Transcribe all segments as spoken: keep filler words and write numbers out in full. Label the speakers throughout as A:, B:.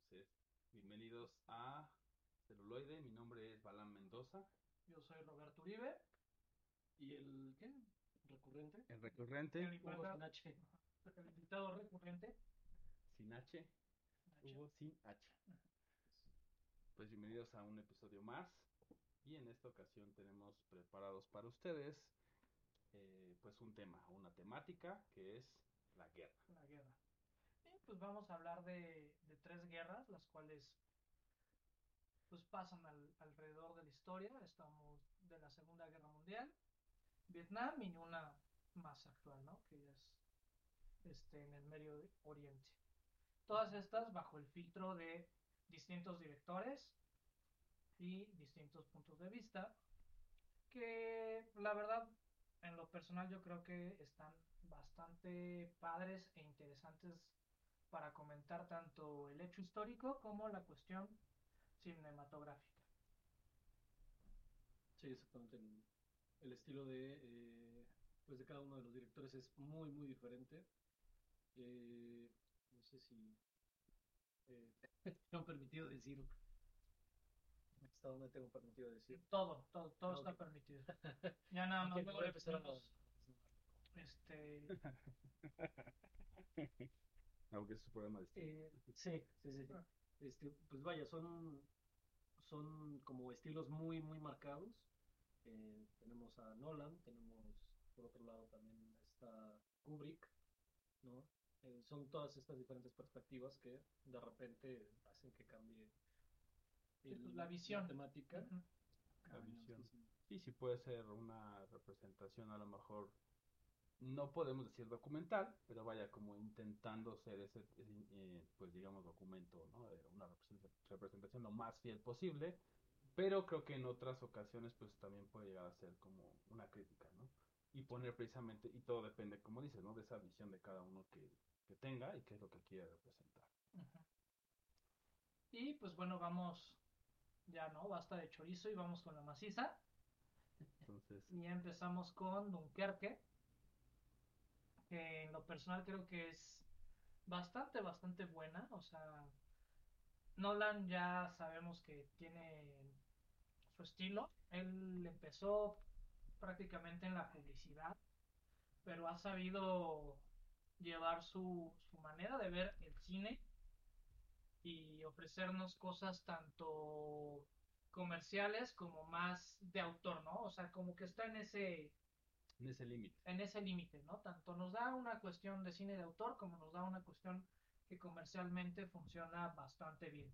A: Entonces, bienvenidos a Celuloide. Mi nombre es Balán Mendoza.
B: Yo soy Roberto Uribe. ¿Y el qué? ¿Recurrente?
A: El
B: El
A: recurrente,
B: Hugo invitado, Sinache. El invitado recurrente.
A: sin H,
B: Nacho.
A: Hugo sin H. Pues bienvenidos a un episodio más. Y en esta ocasión tenemos preparados para ustedes eh, pues un tema, una temática que es la guerra.
B: La guerra. Y pues vamos a hablar de, de tres guerras, las cuales pues pasan al, alrededor de la historia. Estamos de la Segunda Guerra Mundial, Vietnam y una más actual, ¿no? Que es este, en el Medio Oriente. Todas estas bajo el filtro de distintos directores y distintos puntos de vista que la verdad, en lo personal yo creo que están bastante padres e interesantes para comentar tanto el hecho histórico como la cuestión cinematográfica.
C: Sí, exactamente. El, el estilo de, eh, pues de cada uno de los directores es muy, muy diferente. Eh, no sé si eh, tengo permitido decir, hasta dónde tengo permitido decir.
B: Todo, todo, todo
C: Ah, ok.
B: está permitido. Ya nada
C: Ok,
B: más luego
C: voy a
B: le
C: empezar a
B: ponemos
C: desnudarme.
B: este
A: Aunque es su programa de streaming.
C: Eh, sí, sí, sí, sí. Este, pues vaya, son, son como estilos muy, muy marcados. Eh, tenemos a Nolan, tenemos por otro lado también está Kubrick, ¿no? Eh, son todas estas diferentes perspectivas que de repente hacen que cambie
B: sí, pues, la
C: el- la
B: visión.
C: temática.
B: Uh-huh.
A: La
C: Cañón, sí,
A: visión.
C: sí.
A: Sí, sí puede ser una representación a lo mejor. No podemos decir documental, pero vaya como intentando ser ese, ese, eh, pues digamos, documento, ¿no? De una represent- representación lo más fiel posible, pero creo que en otras ocasiones pues también puede llegar a ser como una crítica, ¿no? Y
C: Sí.
A: poner precisamente, y todo depende, como dices, ¿no? De esa visión de cada uno que, que tenga y qué es lo que quiere representar.
B: Uh-huh. Y pues bueno, vamos, ya no, basta de chorizo y vamos con la maciza.
A: Entonces,
B: Y ya empezamos con Dunkerque, que en lo personal creo que es bastante, bastante buena. O sea, Nolan ya sabemos que tiene su estilo. Él empezó prácticamente en la publicidad, pero ha sabido llevar su, su manera de ver el cine y ofrecernos cosas tanto comerciales como más de autor, ¿no? O sea, como que está en ese
A: en ese límite.
B: en ese límite, ¿no? Tanto nos da una cuestión de cine de autor como nos da una cuestión que comercialmente funciona bastante bien.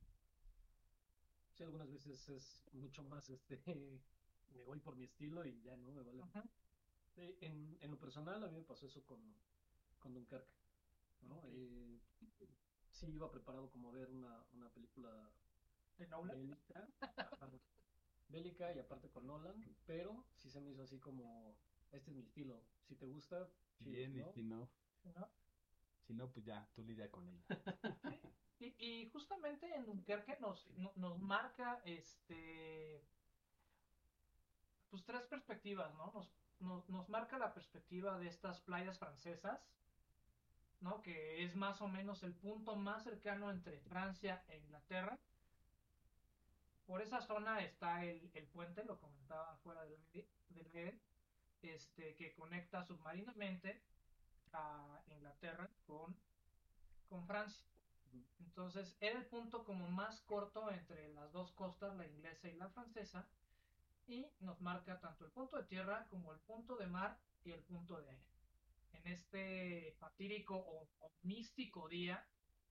C: Sí, algunas veces es mucho más este, me voy por mi estilo y ya no me vale.
B: Uh-huh.
C: Sí, en, en lo personal a mí me pasó eso con, con Dunkerque, ¿no?
B: Okay.
C: Eh, sí iba preparado como a ver una, una película
B: ¿De Nolan?
C: bélica, ajá, bélica y aparte con Nolan, pero sí se me hizo así como, este es mi estilo, si te gusta, chido, si
A: Bien, y
C: no,
A: si no,
B: ¿No?
A: si no, pues ya, tú lidia con ella.
B: Sí. Y, y justamente en Dunkerque nos, no- nos marca este pues tres perspectivas, ¿no? Nos, nos, nos marca la perspectiva de estas playas francesas, ¿no? Que es más o menos el punto más cercano entre Francia e Inglaterra. Por esa zona está el, el puente, lo comentaba fuera del aire, del aire, este, que conecta submarinamente a Inglaterra con, con Francia.
C: ujú,
B: Entonces era el punto como más corto entre las dos costas, la inglesa y la francesa, y nos marca tanto el punto de tierra como el punto de mar y el punto de aire. En este fatídico o, o místico día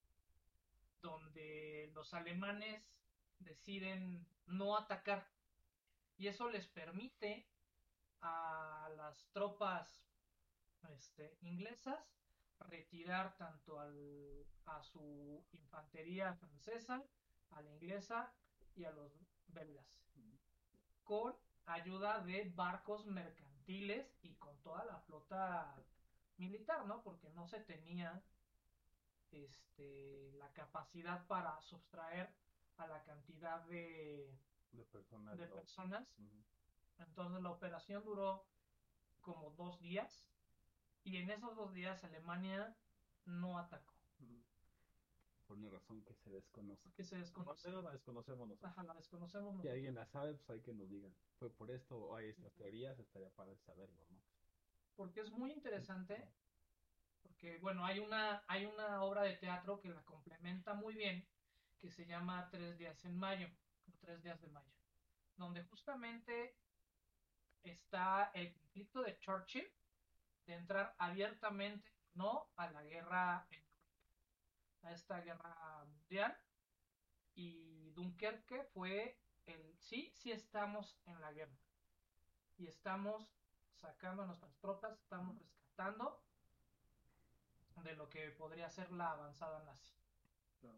B: donde los alemanes deciden no atacar y eso les permite a las tropas este, inglesas retirar tanto al, a su infantería francesa, a la inglesa y a los belgas,
C: ujú.
B: con ayuda de barcos mercantiles y con toda la flota militar, ¿no? Porque no se tenía este, la capacidad para sustraer a la cantidad de,
A: De personas,
B: de
A: no.
B: personas.
A: Ujú.
B: Entonces la operación duró como dos días y en esos dos días Alemania no atacó.
C: Ujú.
A: por una razón que se desconoce.
B: que se desconoce.
C: Pero la desconocemos nosotros.
B: Ajá, la desconocemos
A: Si
B: nosotros.
A: alguien la sabe, pues hay que nos digan. Fue por esto o hay estas teorías, estaría para saberlo, ¿no?
B: Porque es muy interesante, porque bueno, hay una, hay una obra de teatro que la complementa muy bien, que se llama Tres días en mayo, o Tres días de mayo, donde justamente está el conflicto de Churchill de entrar abiertamente no a la guerra, a esta guerra mundial, y Dunkerque fue el sí, sí estamos en la guerra y estamos sacando a nuestras tropas, estamos rescatando de lo que podría ser la avanzada nazi.
C: Claro.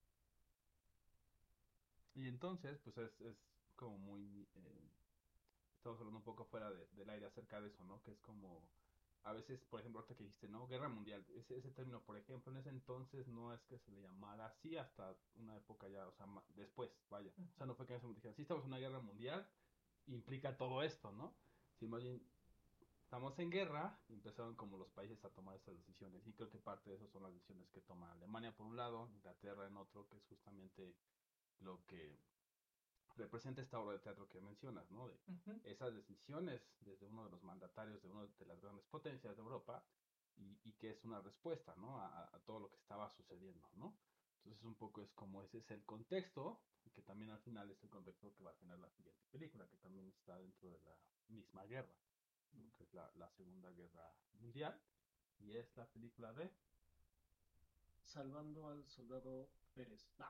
A: Y entonces, pues es, es como muy... Eh, estamos hablando un poco fuera de, del aire acerca de eso, ¿no? Que es como... A veces, por ejemplo, ahorita que dijiste, ¿no? Guerra mundial. Ese, ese término, por ejemplo, en ese entonces no es que se le llamara así hasta una época ya, o sea, ma- después, vaya. O sea, no fue que en ese momento dijeran, sí, estamos en una guerra mundial, implica todo esto, ¿no? Si más bien estamos en guerra, y empezaron como los países a tomar estas decisiones. Y creo que parte de eso son las decisiones que toma Alemania por un lado, Inglaterra en otro, que es justamente lo que representa esta obra de teatro que mencionas, ¿no? De
B: Uh-huh.
A: esas decisiones desde uno de los mandatarios de una de las grandes potencias de Europa y, y que es una respuesta, ¿no? A, a, todo lo que estaba sucediendo, ¿no? Entonces un poco es como ese es el contexto y que también al final es el contexto que va a tener la siguiente película, que también está dentro de la misma guerra, ¿no? Que es la, la Segunda Guerra Mundial y es la película de...
C: Salvando al soldado Pérez. No,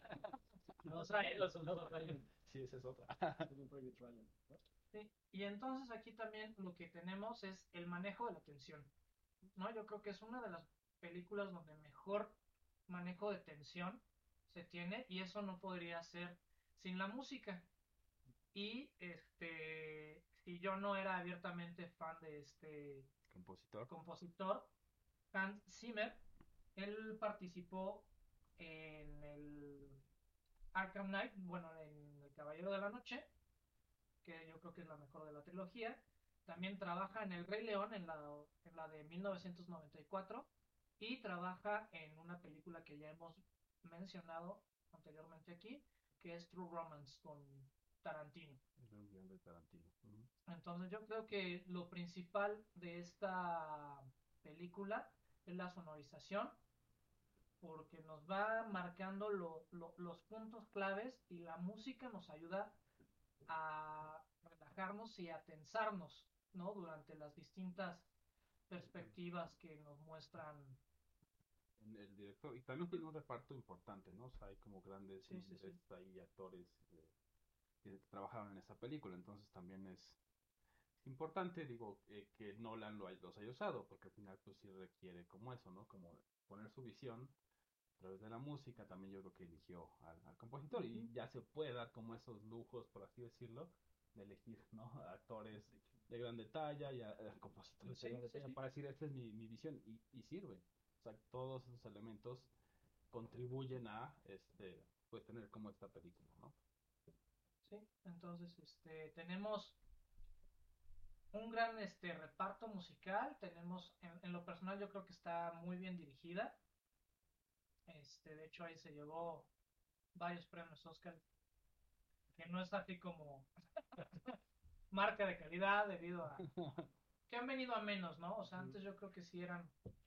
B: no Ryan.
C: El soldado Ryan.
A: Sí, esa es otra.
C: Private Ryan, ¿no?
B: Sí. Y entonces aquí también lo que tenemos es el manejo de la tensión, ¿no? Yo creo que es una de las películas donde mejor manejo de tensión se tiene y eso no podría ser sin la música. Y este, si yo no era abiertamente fan de este
A: Compositor.
B: compositor, Hans Zimmer, él participó en el Arkham Knight, bueno, en El Caballero de la Noche, que yo creo que es la mejor de la trilogía. También trabaja en El Rey León, en la, en la de mil novecientos noventa y cuatro, y trabaja en una película que ya hemos mencionado anteriormente aquí, que es True Romance con Tarantino.
A: El guión de Tarantino. Uh-huh.
B: Entonces yo creo que lo principal de esta película es la sonorización, porque nos va marcando lo, lo, los puntos claves y la música nos ayuda a relajarnos y a tensarnos, ¿no? Durante las distintas perspectivas que nos muestran
A: el director. Y también tiene un reparto importante, ¿no? O sea, hay como grandes
B: sí, sí, sí.
A: ahí actores eh, que trabajaron en esa película, entonces también es importante, digo, eh, que Nolan lo, los haya usado, porque al final pues sí requiere como eso, ¿no? Como poner su visión a través de la música, también yo creo que eligió al, al compositor, uh-huh. Y ya se puede dar como esos lujos, por así decirlo, de elegir, ¿no? Actores de grande talla y a, a compositores sí, de grande talla sí, para decir, esta es mi, mi visión, y, y sirve. O sea, todos esos elementos contribuyen a, este, pues tener como esta película, ¿no?
B: Sí, entonces, este, tenemos un gran este reparto musical, tenemos, en, en lo personal yo creo que está muy bien dirigida, este, de hecho ahí se llevó varios premios Oscar, que no es así como marca de calidad debido a que han venido a menos, ¿no? O sea, antes yo creo que sí eran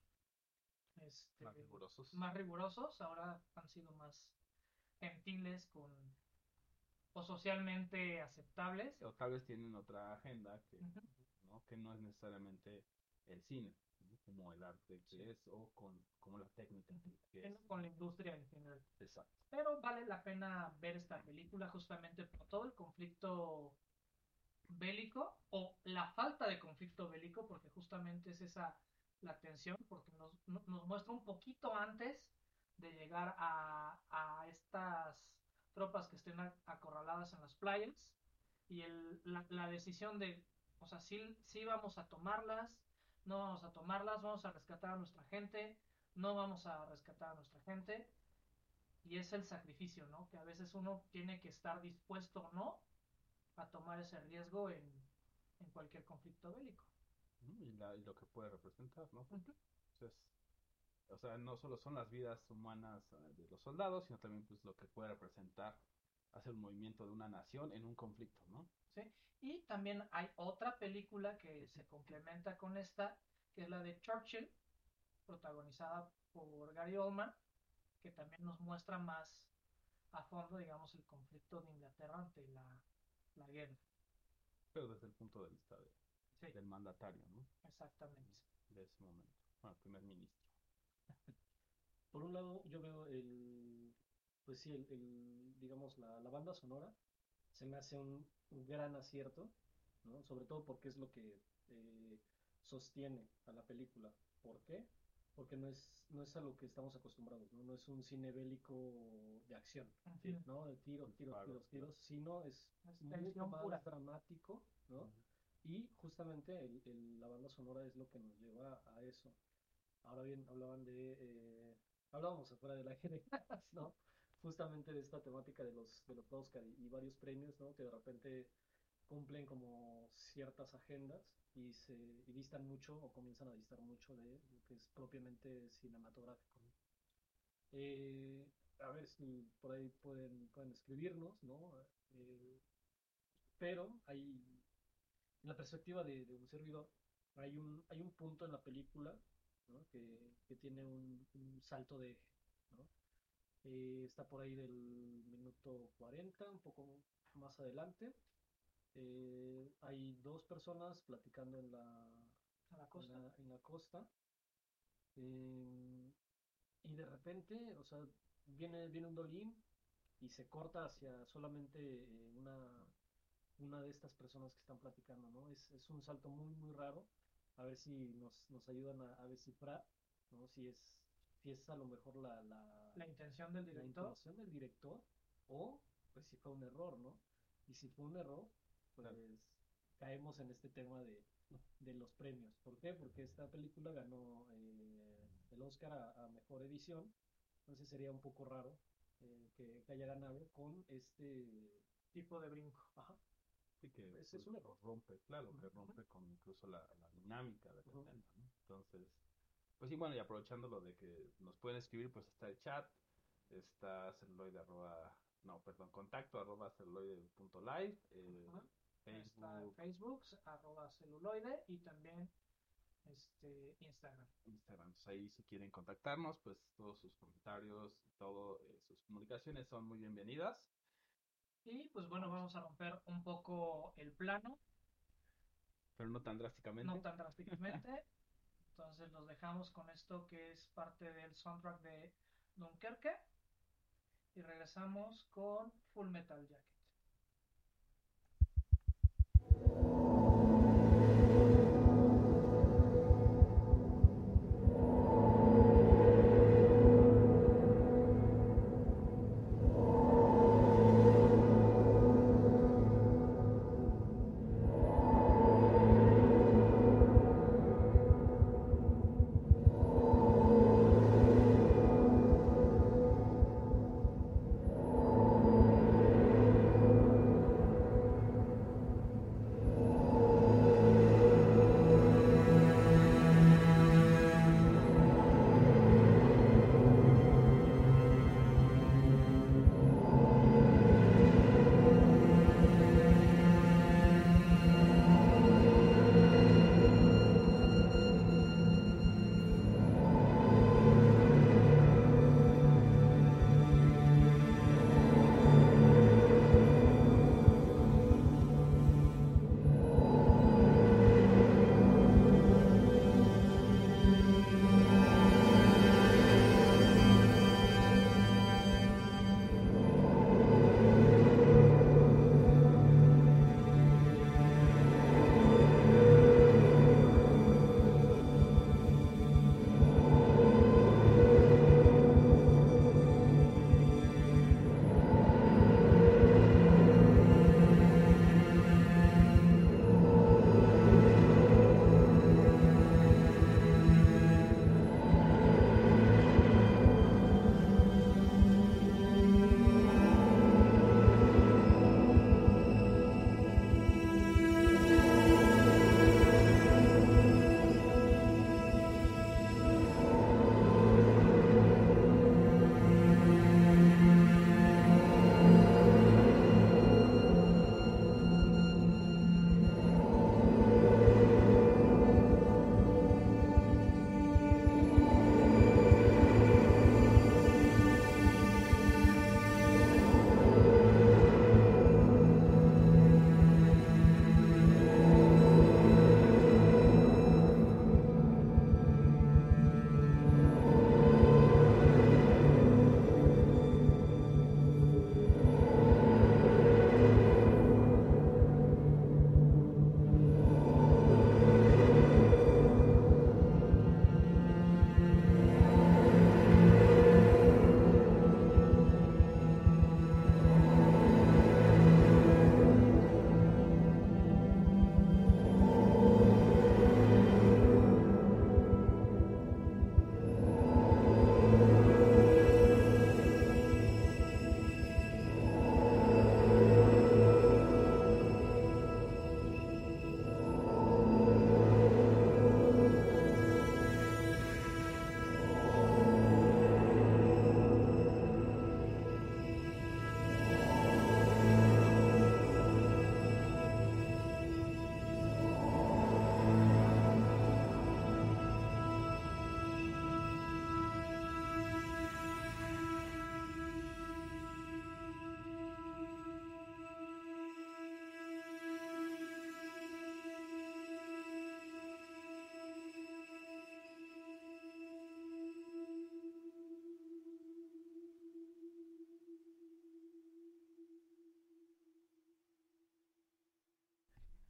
B: este,
A: más rigurosos.
B: Más rigurosos, ahora han sido más gentiles con o socialmente aceptables.
A: O tal vez tienen otra agenda que,
B: uh-huh.
A: ¿no? Que no es necesariamente el cine, ¿no? Como el arte que sí. Es o con como la técnica
B: uh-huh.
A: que, que es.
B: Con la industria en general.
A: Exacto.
B: Pero vale la pena ver esta película justamente por todo el conflicto bélico o la falta de conflicto bélico, porque justamente es esa la tensión, porque nos, nos muestra un poquito antes de llegar a, a estas tropas que estén acorraladas en las playas y el, la, la decisión de, o sea, sí, sí vamos a tomarlas, no vamos a tomarlas, vamos a rescatar a nuestra gente, no vamos a rescatar a nuestra gente, y es el sacrificio, ¿no? Que a veces uno tiene que estar dispuesto o no a tomar ese riesgo en, en cualquier conflicto bélico.
A: Y, la, y lo que puede representar, ¿no? Porque, uh-huh. Pues, O sea, no solo son las vidas humanas eh, de los soldados, sino también pues lo que puede representar hacer un movimiento de una nación en un conflicto, ¿no?
B: ¿Sí? Y también hay otra película que se complementa con esta, que es la de Churchill, protagonizada por Gary Oldman, que también nos muestra más a fondo, digamos, el conflicto de Inglaterra ante la, la guerra.
A: Pero desde el punto de vista de,
B: Sí,
A: del mandatario, ¿no?
B: exactamente.
A: De ese momento. Bueno, primer ministro.
C: Por un lado, yo veo el, pues sí, el, el, digamos, la, la banda sonora se me hace un, un gran acierto, ¿no? Sobre todo porque es lo que eh, sostiene a la película. ¿Por qué? Porque no es, no es a lo que estamos acostumbrados, ¿no? No es un cine bélico de acción,
B: Sí.
C: ¿no? De tiros, tiros,
A: Claro,
C: tiros,
A: claro.
C: tiros, sino es
B: Es
C: mucho
B: tensión
C: más
B: pura.
C: dramático, ¿no?
A: Ujú.
C: Y justamente el, el- la banda sonora es lo que nos lleva a eso. Ahora bien, hablaban de, eh, hablábamos afuera del aire, ¿no? Justamente de esta temática de los, de los Oscar y, y varios premios, ¿no? Que de repente cumplen como ciertas agendas y se y distan mucho o comienzan a distar mucho de lo que es propiamente cinematográfico, ¿no? Eh, a ver si por ahí pueden, pueden escribirnos, ¿no? Eh, pero hay, en la perspectiva de, de un servidor, hay un, hay un punto en la película, ¿no? que, que tiene un, un salto de eje, ¿no? Eh, está por ahí del minuto cuarenta, un poco más adelante. Eh, hay dos personas platicando en la,
B: ¿A la
C: en
B: costa?
C: la, en la costa. Eh, y de repente, o sea, viene, viene un dolín y se corta hacia solamente eh, una, una de estas personas que están platicando, ¿no? Es, es un salto muy, muy raro. A ver si nos, nos ayudan a, a descifrar, ¿no? Si es, si es a lo mejor la, la,
B: La intención del
C: la
B: director.
C: intención del director o pues si fue un error, ¿no? Y si fue un error, pues
A: Claro.
C: caemos en este tema de, de los premios. ¿Por qué? Porque esta película ganó eh, el Oscar a, a mejor edición, entonces sería un poco raro eh, que, que haya ganado con este
B: Tipo de brinco.
C: Ajá.
A: Sí, que
C: Ese
A: pues,
C: es un error.
A: rompe, claro, que
C: Ujú.
A: rompe con incluso la, la dinámica de la
C: Ujú.
A: escena, ¿no? Entonces, pues sí, bueno, y aprovechando lo de que nos pueden escribir, pues está el chat, está celuloide arroba, no, perdón, contacto arroba celuloide punto live, eh,
B: Ajá. Está en
A: Facebook,
B: Facebook, arroba celuloide, y también este, Instagram.
A: Instagram. Entonces ahí si quieren contactarnos, pues todos sus comentarios, todo, eh, sus comunicaciones son muy bienvenidas.
B: Y pues bueno, vamos a romper un poco el plano,
A: Pero no tan
B: no
A: drásticamente.
B: tan drásticamente. Entonces los dejamos con esto que es parte del soundtrack de Dunkerque. Y regresamos con Full Metal Jacket.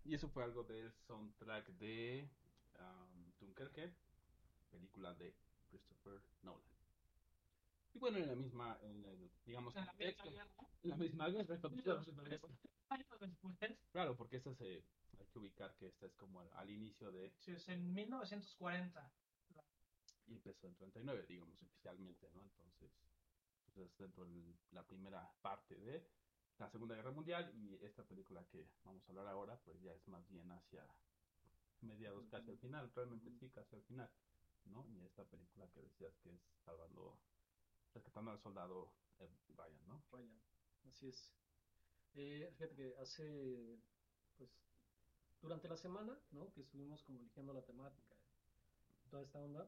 A: Y eso fue algo del soundtrack de um, Dunkerque, película de Christopher Nolan. Y bueno, en la misma, en el, digamos,
B: En la
A: contexto,
B: misma guerra.
A: en la misma guerra,
B: Años después.
A: claro, porque esta se, hay que ubicar que esta es como al, al inicio de,
B: Sí, es en mil novecientos cuarenta.
A: y empezó en treinta y nueve, digamos, oficialmente, ¿no? Entonces, pues es dentro de la primera parte de la Segunda Guerra Mundial y esta película que vamos a hablar ahora, pues ya es más bien hacia mediados, casi al final, realmente sí, casi al final, ¿no? Y esta película que decías que es salvando, rescatando al soldado eh, Ryan, ¿no?
C: Ryan, así es. Eh, fíjate que hace, pues, durante la semana, ¿no? Que estuvimos como eligiendo la temática, toda esta onda,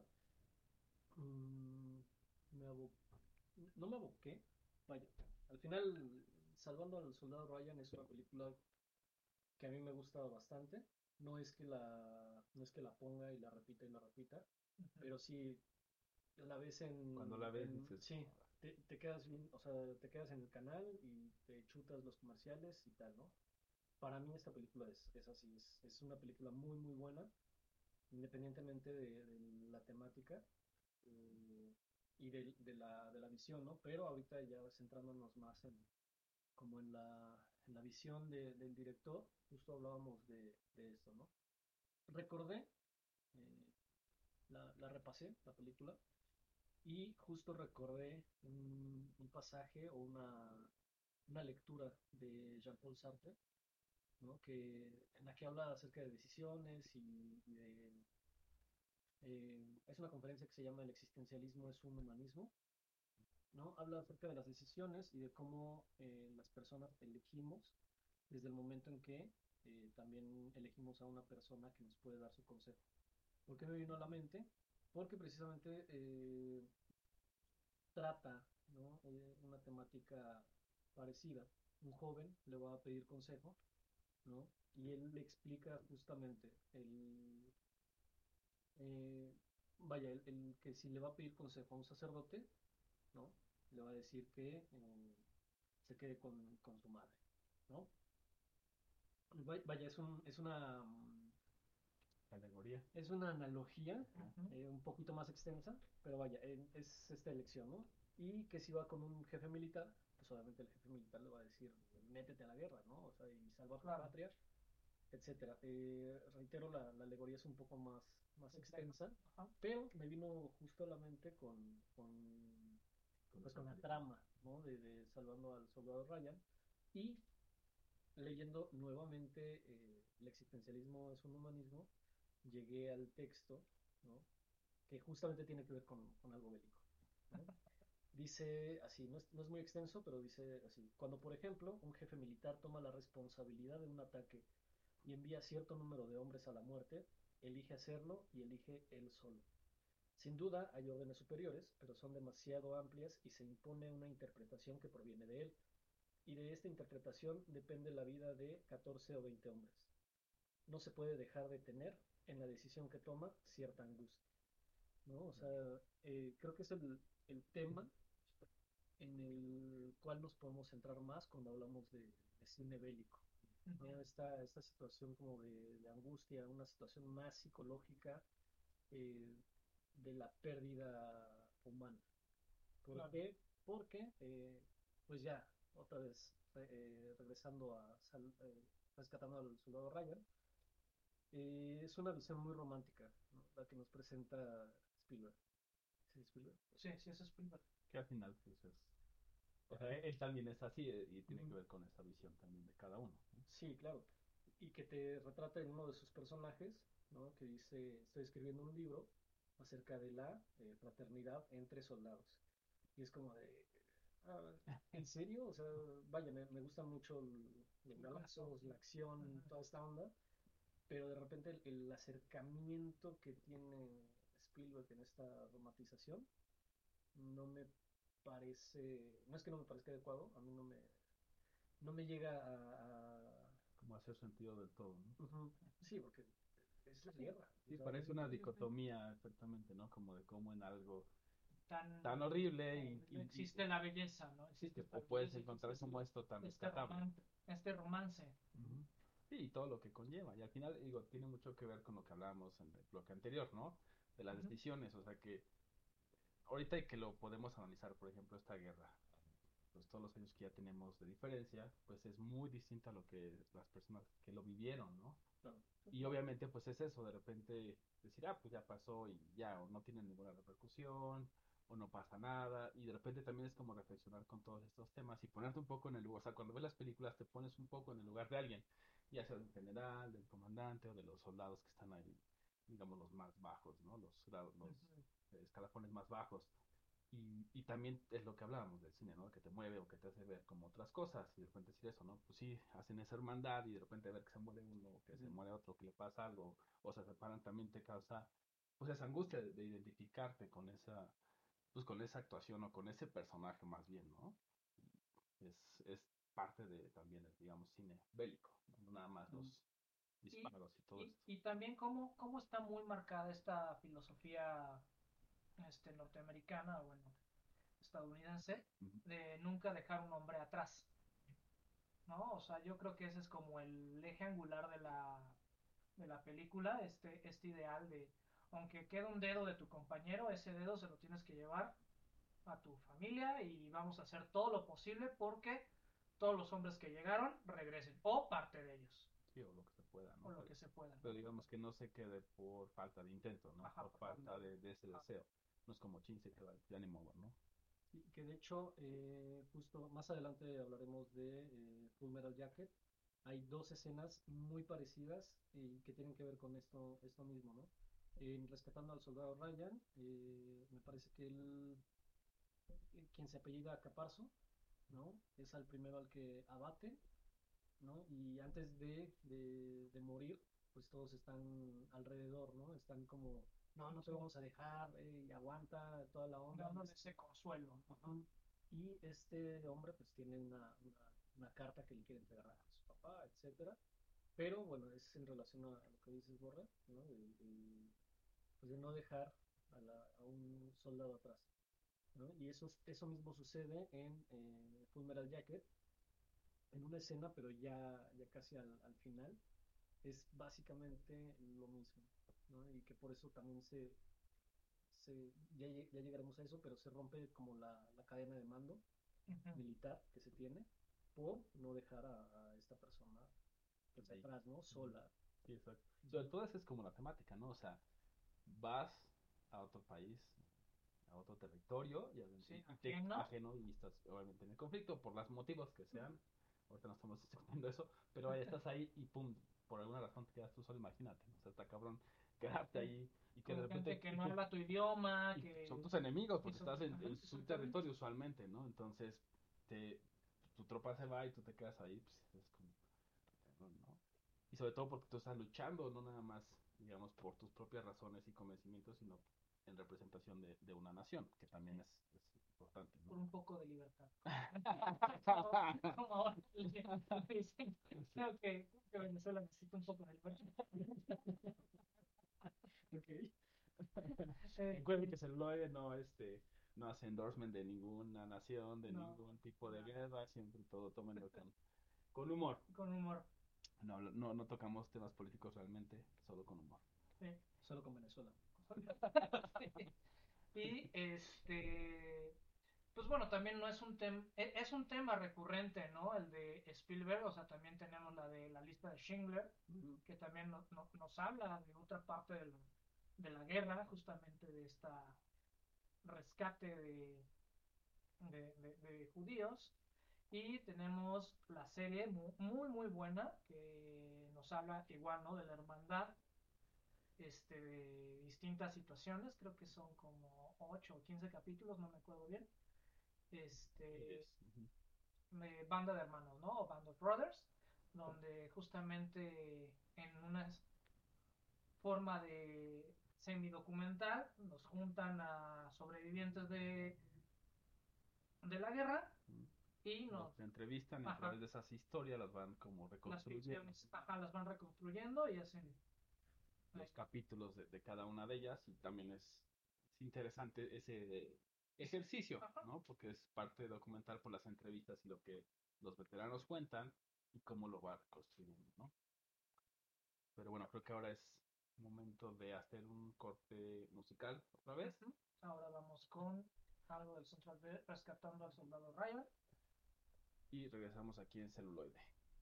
C: mmm, me abo- no me aboqué, vaya, al final, Salvando al Soldado Ryan es una película que a mí me gusta bastante. No es que la, no es que la ponga y la repita y la repita, pero sí la ves
A: Cuando
C: en,
A: la ves
C: en
A: dices,
C: sí, te, te quedas bien, o sea, te quedas en el canal y te chutas los comerciales y tal, ¿no? Para mí esta película es, es así, es, es una película muy muy buena, independientemente de, de la temática eh, y de, de la, de la visión, ¿no? Pero ahorita ya centrándonos más en, como en la, en la visión de, del director, justo hablábamos de, de esto, ¿no? Recordé, eh, la, la repasé, la película, y justo recordé un, un pasaje o una, una lectura de Jean-Paul Sartre, ¿no? Que, en la que habla acerca de decisiones y, y de... Eh, es una conferencia que se llama El existencialismo es un humanismo, ¿no? Habla acerca de las decisiones y de cómo eh, las personas elegimos desde el momento en que eh, también elegimos a una persona que nos puede dar su consejo. ¿Por qué me vino a la mente? Porque precisamente eh, trata, ¿no? eh, una temática parecida. Un joven le va a pedir consejo, ¿no? Y él le explica justamente el, eh, vaya, el, el, que si le va a pedir consejo a un sacerdote, ¿no? Le va a decir que eh, se quede con, con su madre, ¿no? Vaya, es, un, es una
A: alegoría.
C: es una analogía
B: Uh-huh.
C: eh, un poquito más extensa, pero vaya, eh, es esta elección, ¿no? Y que si va con un jefe militar, pues obviamente el jefe militar le va a decir, métete a la guerra, ¿no? O sea, y salva a tu
B: Claro.
C: patria, etcétera. Eh, reitero, la, la, alegoría es un poco más, más extensa,
B: uh-huh.
C: pero me vino justo a la mente con, con, pues, con la trama, ¿no? De, de Salvando al Soldado Ryan. Y leyendo nuevamente eh, El existencialismo es un humanismo, llegué al texto, ¿no? Que justamente tiene que ver con, con algo bélico, ¿no? Dice así, no es, no es muy extenso, pero dice así: cuando por ejemplo un jefe militar toma la responsabilidad de un ataque y envía cierto número de hombres a la muerte, elige hacerlo y elige él solo. Sin duda hay órdenes superiores, pero son demasiado amplias y se impone una interpretación que proviene de él, y de esta interpretación depende la vida de catorce o veinte hombres. No se puede dejar de tener en la decisión que toma cierta angustia, ¿no? O sea, eh, creo que es el, el tema en el cual nos podemos centrar más cuando hablamos de, de cine bélico, ¿no? Esta, esta situación como de, de angustia, una situación más psicológica eh, de la pérdida humana. ¿Por
B: Claro.
C: qué? Porque, eh, pues ya, otra vez, eh, regresando a sal, eh, rescatando al soldado Ryan, eh, es una visión muy romántica, ¿no? La que nos presenta Spielberg. ¿Sí, Spielberg?
B: Sí, sí, eso es Spielberg.
A: Que al final, pues es. O sea, él también es así eh, y tiene uh-huh. que ver con esa visión también de cada uno, ¿no?
C: Sí, claro. Y que te retrata en uno de sus personajes, ¿no? Que dice: estoy escribiendo un libro acerca de la eh, fraternidad entre soldados. Y es como de, ah, ¿en serio? O sea, vaya, me, me gustan mucho el, los balazos, la acción, uh-huh. toda esta onda, pero de repente el, el acercamiento que tiene Spielberg en esta romantización no me parece, no es que no me parezca adecuado, a mí no me, no me llega a, a...
A: como hacer sentido del todo, ¿no?
C: Uh-huh. Sí, porque es la guerra.
A: Sí,
C: o sea,
A: parece una dicotomía, exactamente, ¿no? Como de cómo en algo
B: tan,
A: tan horrible y,
B: no
A: y,
B: existe
A: y,
B: la belleza, ¿no?
A: Existe,
B: Existe
A: o puedes
B: belleza,
A: encontrar
B: existe
A: como esto tan
B: este,
A: rescatable.
B: roman, este romance.
A: Uh-huh. Sí, y todo lo que conlleva. Y al final, digo, tiene mucho que ver con lo que hablábamos en el bloque anterior, ¿no? De las
B: Ujú.
A: decisiones, o sea que ahorita que lo podemos analizar, por ejemplo, esta guerra, pues todos los años que ya tenemos de diferencia, pues es muy distinta a lo que las personas que lo vivieron, ¿no?
C: Claro.
A: Y obviamente pues es eso, de repente decir, ah, pues ya pasó y ya, o no tiene ninguna repercusión, o no pasa nada, y de repente también es como reflexionar con todos estos temas y ponerte un poco en el lugar, o sea, cuando ves las películas te pones un poco en el lugar de alguien, ya sea del general, del comandante o de los soldados que están ahí, digamos los más bajos, ¿no? Los, grados- los
B: Ujú.
A: escalafones más bajos. Y, y también es lo que hablábamos del cine, ¿no? Que te mueve o que te hace ver como otras cosas y de repente decir eso, ¿no? Pues sí, hacen esa hermandad y de repente ver que se muere uno, que se
C: Mm.
A: muere otro, que le pasa algo o se separan también te causa pues esa angustia de, de identificarte con esa pues con esa actuación o con ese personaje más bien, ¿no? Es, es parte de también el, digamos, cine bélico, ¿no? Nada más
C: Mm.
A: los
B: Y,
A: disparos y todo
B: y,
A: esto.
B: y también cómo, cómo está muy marcada esta filosofía este, norteamericana, bueno, estadounidense,
A: Uh -huh.
B: de nunca dejar un hombre atrás, ¿no? O sea, yo creo que ese es como el eje angular de la, de la película, este, este ideal de, aunque quede un dedo de tu compañero, ese dedo se lo tienes que llevar a tu familia y vamos a hacer todo lo posible porque todos los hombres que llegaron regresen, o parte de ellos,
A: Sí, o lo que se pueda,
B: o
A: ¿no?
B: lo
A: Pero,
B: que se pueda,
A: pero
B: ¿no?
A: digamos que no se quede por falta de intento, ¿no?
B: Ajá,
A: Por
B: por favor.
A: falta de, de ese
B: Ajá.
A: deseo. No es como chin, se queda, ya ni modo, ¿no?
C: Sí, que de hecho, eh, justo más adelante hablaremos de eh, Full Metal Jacket. Hay dos escenas muy parecidas y que tienen que ver con esto, esto mismo, ¿no? En Rescatando al Soldado Ryan, eh, me parece que él, eh, quien se apellida Caparzo, ¿no? Es al primero al que abate, ¿no? Y antes de, de, de morir, pues todos están alrededor, ¿no? Están como, no, no te vamos a dejar, eh, aguanta toda la onda.
B: Dándole ese consuelo.
C: Ajá. Y este hombre pues tiene una, una, una carta que le quiere entregar a su papá, etcétera. Pero bueno, es en relación a, a lo que dices, Borra, ¿no? De, de, pues de no dejar a, la, a un soldado atrás, ¿no? Y eso, eso mismo sucede en eh, Full Metal Jacket, en una escena, pero ya, ya casi al, al final, es básicamente lo mismo, ¿no? Y que por eso también se, se ya, ya, llegaremos a eso, pero se rompe como la, la cadena de mando
B: Ujú.
C: militar que se tiene por no dejar a, a esta persona pues
A: Ahí.
C: atrás, ¿no?
A: Uh -huh.
C: Sola.
A: Sí, exacto.
C: Uh
A: Sobre
C: -huh.
A: todo esa es como la temática, ¿no? O sea, vas a otro país, a otro territorio y,
B: Sí,
A: y te
B: ajeno.
A: ajeno y estás obviamente en el conflicto por los motivos que sean. Ahorita no estamos discutiendo eso, pero vaya, estás ahí y pum, por alguna razón te quedas tú solo, imagínate, ¿no? O sea, está cabrón quedarte
B: Sí.
A: ahí y que de
B: Con gente
A: repente
B: que
A: y
B: no
A: tu,
B: habla tu idioma,
A: y son
B: que...
A: tus enemigos
B: Y
A: porque
B: son
A: estás
B: tus...
A: en,
B: Ajá,
A: en su
B: exactamente.
A: territorio usualmente, ¿no? Entonces te, tu tropa se va y tú te quedas ahí, pues es como, ¿no? Y sobre todo porque tú estás luchando, no nada más, digamos, por tus propias razones y convencimientos, sino en representación de, de una nación, que también
B: Sí.
A: es, es importante, ¿no?
B: Por un poco de libertad. Como, como ahora le, le dicen,
A: Sí.
B: creo que, que Venezuela necesita un poco de libertad.
C: Ok.
B: Eh,
A: Recuerden que celuloide no, este, no hace endorsement de ninguna nación, de
B: no,
A: ningún tipo de
B: nada,
A: guerra, siempre todo tómenlo con, con humor.
B: con humor.
A: No, no, no tocamos temas políticos realmente, solo con humor.
B: Sí.
C: Solo con Venezuela.
B: Sí. Y este, pues bueno, también no es un tema, es un tema recurrente, ¿no? El de Spielberg, o sea, también tenemos la de la lista de Schindler,
C: Uh -huh.
B: que también no, no, nos habla de otra parte de la, de la guerra, justamente de esta rescate de, de, de, de judíos. Y tenemos la serie muy, muy, muy buena, que nos habla igual, ¿no? De la hermandad, este, de distintas situaciones, creo que son como ocho o quince capítulos, no me acuerdo bien, este,
A: Yes. Uh -huh.
B: de banda de hermanos, ¿no? O Band of Brothers, donde justamente en una forma de semidocumental nos juntan a sobrevivientes de, de la guerra y nos,
A: Los entrevistan y a
B: ajá,
A: través de esas historias las van como
B: las
A: reconstruyendo.
B: ficciones, ajá, las van reconstruyendo y hacen
A: Los capítulos de, de cada una de ellas y también es, es interesante ese ejercicio,
B: ajá,
A: ¿no? Porque es parte documental por las entrevistas y lo que los veteranos cuentan y cómo lo va construyendo, ¿no? Pero bueno, creo que ahora es momento de hacer un corte musical otra vez.
B: Uh-huh. Ahora vamos con algo del soundtrack de Rescatando al Soldado Ryan.
A: Y regresamos aquí en Celuloide.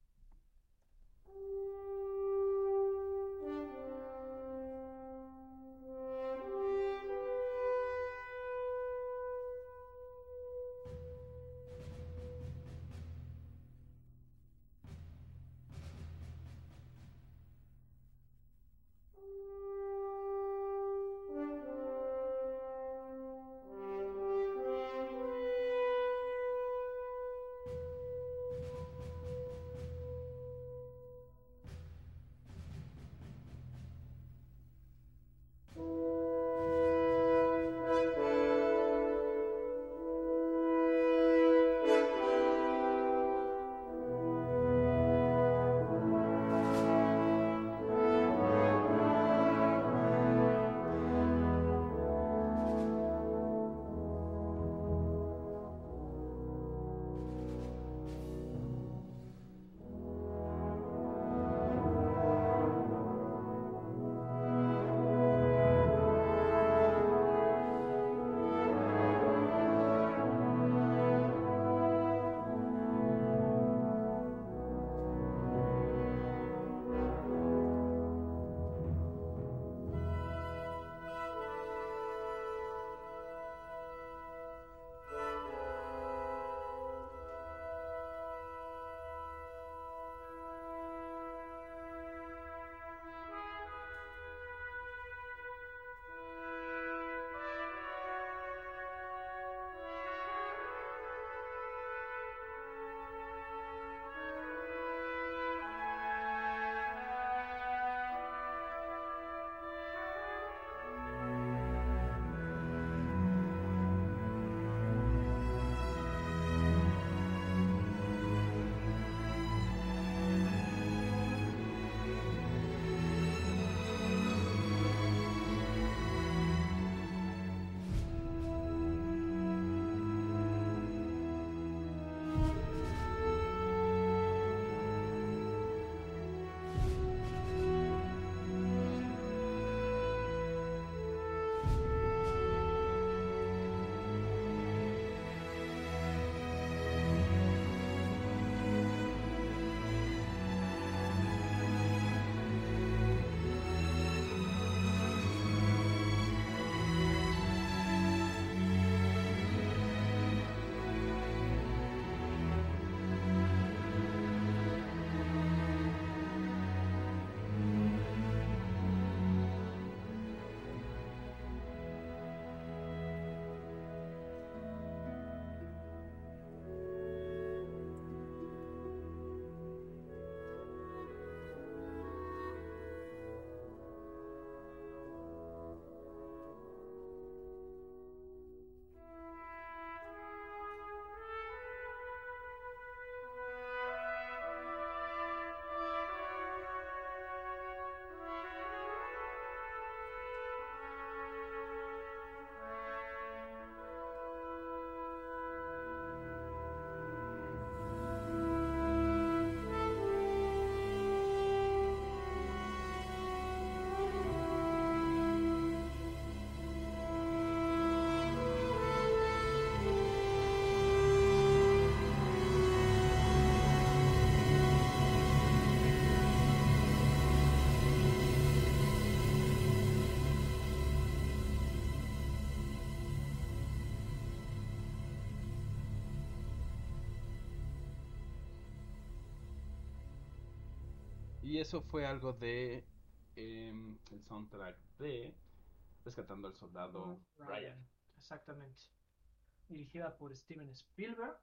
A: Y eso fue algo de eh, el soundtrack de Rescatando al Soldado Ryan. Ryan.
B: Exactamente. Dirigida por Steven Spielberg.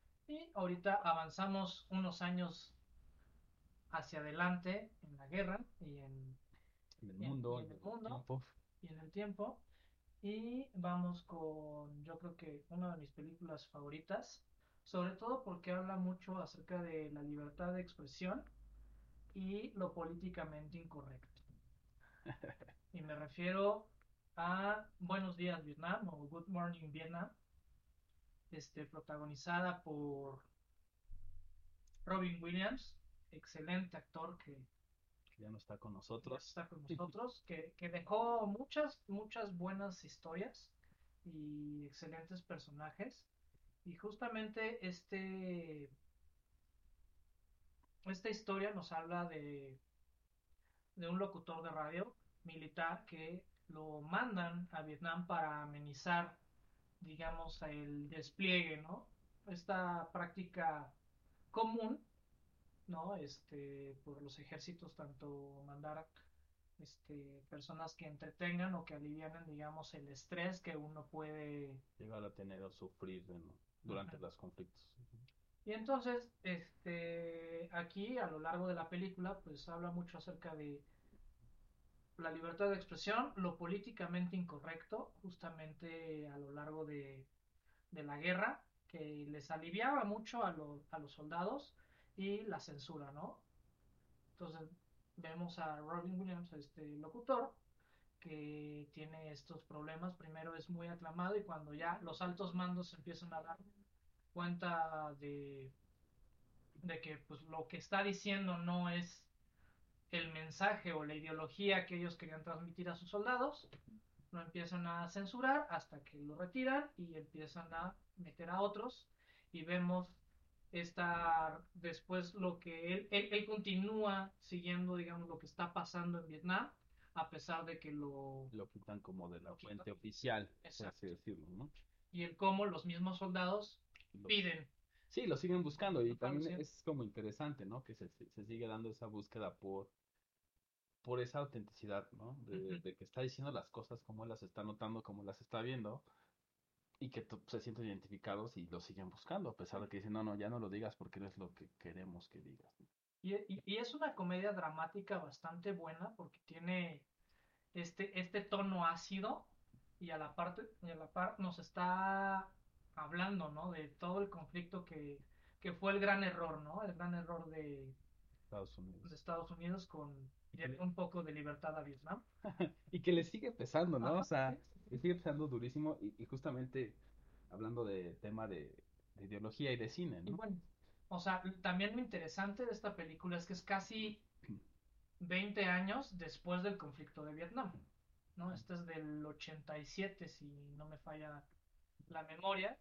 B: Y ahorita avanzamos unos años hacia adelante en la guerra y en,
A: en el mundo,
B: y en,
A: en
B: el mundo
A: tiempo.
B: y en el tiempo. Y vamos con, yo creo que una de mis películas favoritas, sobre todo porque habla mucho acerca de la libertad de expresión y lo políticamente incorrecto. Y me refiero a Buenos Días Vietnam o Good Morning Vietnam, este, protagonizada por Robin Williams, excelente actor que,
A: ya no está con
B: ya
A: nosotros.
B: está con nosotros, que, que dejó muchas, muchas buenas historias y excelentes personajes. Y justamente este, esta historia nos habla de, de un locutor de radio militar que lo mandan a Vietnam para amenizar, digamos, el despliegue, ¿no? Esta práctica común, ¿no? Este, por los ejércitos, tanto mandar este, personas que entretengan o que alivianen, digamos, el estrés que uno puede
A: Llegar a tener o sufrir ¿no? durante
B: Ajá.
A: los conflictos.
B: Y entonces, este, aquí a lo largo de la película, pues habla mucho acerca de la libertad de expresión, lo políticamente incorrecto, justamente a lo largo de, de la guerra, que les aliviaba mucho a, lo, a los soldados, y la censura, ¿no? Entonces vemos a Robin Williams, este locutor, que tiene estos problemas. Primero es muy aclamado y cuando ya los altos mandos empiezan a dar cuenta de, de que pues lo que está diciendo no es el mensaje o la ideología que ellos querían transmitir a sus soldados, lo empiezan a censurar hasta que lo retiran y empiezan a meter a otros y vemos esta después lo que él, él, él continúa siguiendo, digamos, lo que está pasando en Vietnam, a pesar de que lo,
A: Lo quitan como de la
B: lo quitan.
A: fuente oficial, por así
B: Exacto.
A: decirlo, ¿no?
B: Y el cómo los mismos soldados
A: Lo-
B: piden.
A: sí, lo siguen buscando y
B: Lo
A: también
B: traducen.
A: es como interesante, ¿no? Que se, se sigue dando esa búsqueda por, por esa autenticidad, ¿no? De,
B: Ujú.
A: de que está diciendo las cosas como él las está notando, como las está viendo y que to- se sienten identificados y lo siguen buscando, a pesar de que dicen, no, no, ya no lo digas porque no es lo que queremos que digas. ¿no?
B: Y, y, y es una comedia dramática bastante buena porque tiene este, este tono ácido y a la parte y a la par nos está hablando, ¿no? De todo el conflicto que, que fue el gran error, ¿no? El gran error de,
A: Estados Unidos.
B: de Estados Unidos con
A: Y que,
B: un poco de libertad a Vietnam.
A: y que le sigue pesando, ¿no? O
B: Ajá,
A: sea,
B: sí.
A: le sigue pesando durísimo y, y justamente hablando de tema de, de ideología y de cine,
B: Y
A: ¿no?
B: bueno, o sea, también lo interesante de esta película es que es casi veinte años después del conflicto de Vietnam, ¿no? Este es del ochenta y siete, si no me falla la memoria.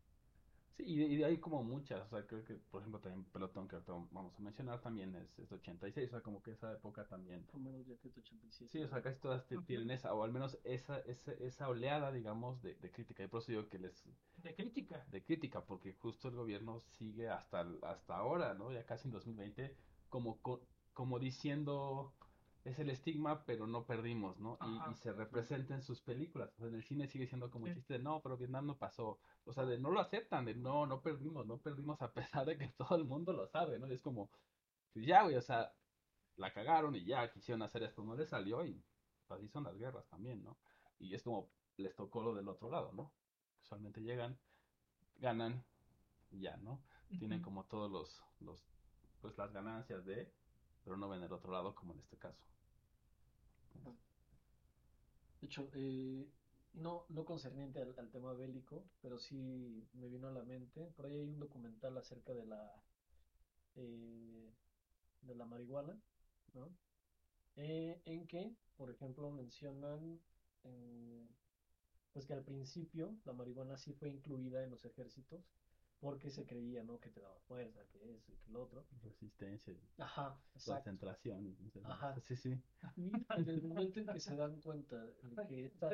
A: Sí, y, de- y de hay como muchas, o sea, creo que, por ejemplo, también Pelotón, que ahorita vamos a mencionar, también es, es de ochenta y seis, o sea, como que esa época también.
C: Romero Jacket ochenta y siete.
A: Sí, o sea, casi todas te- tienen esa, o al menos esa, esa, esa oleada, digamos, de, de crítica. Y por eso digo que les,
B: De crítica.
A: de crítica, porque justo el gobierno sigue hasta, el- hasta ahora, ¿no? Ya casi en dos mil veinte, como, co- como diciendo, es el estigma, pero no perdimos, ¿no? Y, y
B: Ajá.
A: se representa en sus películas. O sea, en el cine sigue siendo como
B: Sí.
A: chiste de, no, pero Vietnam no pasó. O sea, de no lo aceptan, de no, no perdimos, no perdimos a pesar de que todo el mundo lo sabe, ¿no? Y es como, pues ya, güey, o sea, la cagaron y ya quisieron hacer esto, no les salió y pues, así son las guerras también, ¿no? Y es como les tocó lo del otro lado, ¿no? Usualmente llegan, ganan y ya, ¿no? Tienen
B: Ujú.
A: como todos los, los, pues las ganancias de, pero no ven el otro lado como en este caso.
C: De hecho, eh, no, no concerniente al, al tema bélico, pero sí me vino a la mente. Por ahí hay un documental acerca de la, eh, de la marihuana, ¿no? Eh, en que, por ejemplo, mencionan eh, pues que al principio la marihuana sí fue incluida en los ejércitos porque se creía, ¿no? Que te daba fuerza, que eso y que lo otro.
A: Resistencia,
C: Ajá, exacto.
A: concentración.
C: Ajá.
A: Sí, sí.
C: Y en el momento en que se dan cuenta de que esta,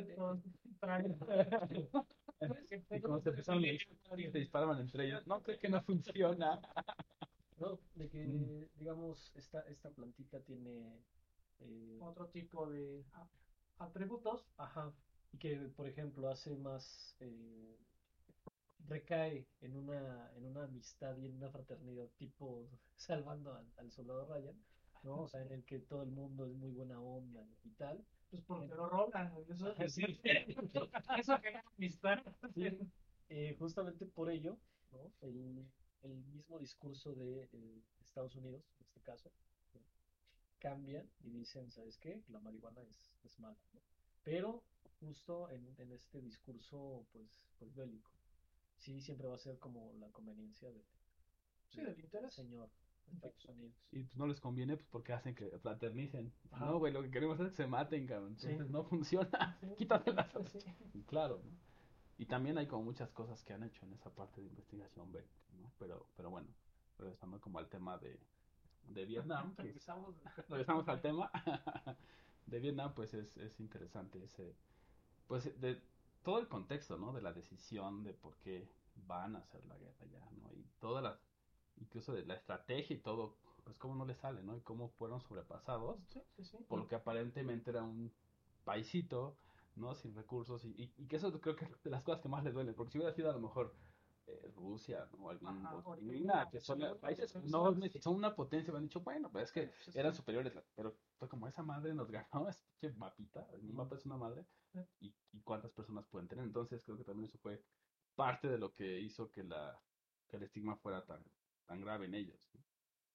A: Y como se empezaron a se disparaban entre ellos, no sé que no funciona.
C: no, de
A: Mm.
C: que, digamos, esta, esta plantita tiene, eh,
B: Otro tipo de atributos.
C: ajá, y que, por ejemplo, hace más, eh, recae en una, en una amistad y en una fraternidad tipo salvando al, al soldado Ryan, ¿no? O sea, en el que todo el mundo es muy buena onda y tal.
B: Pues porque lo rolan, eso,
C: Ajá, sí.
B: eso que es amistad.
C: Sí, eh, justamente por ello, ¿no? El, el mismo discurso de eh, Estados Unidos, en este caso, ¿no? Cambian y dicen, ¿sabes qué? La marihuana es, es mala, ¿no? Pero justo en, en este discurso, pues, pues bélico, sí, siempre va a ser como la conveniencia de,
B: Sí,
C: de-
B: del
C: del
B: interés.
C: señor. Estados Unidos.
A: Y pues no les conviene pues porque hacen que fraternicen.
C: Ajá.
A: No, güey, lo que queremos es que se maten, cabrón.
C: Sí.
A: Entonces no funciona.
B: Sí,
A: Quítate las
B: sí, sí.
A: Y claro, ¿no? Y también hay como muchas cosas que han hecho en esa parte de investigación bélica, ¿no? Pero, pero bueno, regresando como al tema de, de Vietnam, que
B: Regresamos.
A: regresamos al tema de Vietnam, pues es, es interesante ese, pues de todo el contexto, ¿no? De la decisión de por qué van a hacer la guerra ya, ¿no? Y todas las, incluso de la estrategia y todo, pues cómo no les sale, ¿no? Y cómo fueron sobrepasados
B: Sí, sí, sí.
A: por lo que aparentemente era un paisito, ¿no? Sin recursos, y, y, y que eso creo que es de las cosas que más les duele, porque si hubiera sido a lo mejor eh, Rusia, ¿no? Algún,
B: Ajá,
A: o-
B: o-
A: ninguna, que son
B: o-
A: países,
B: o-
A: no, neces- son una potencia, me han dicho, bueno, pues es que
B: Sí, sí.
A: eran superiores, pero fue como esa madre nos ganó, es que mapita, el
C: Ujú.
A: mapa es una madre,
B: Sí.
A: y, y cuántas personas pueden tener, entonces creo que también eso fue parte de lo que hizo que la que el estigma fuera tan, tan grave en ellos, ¿no?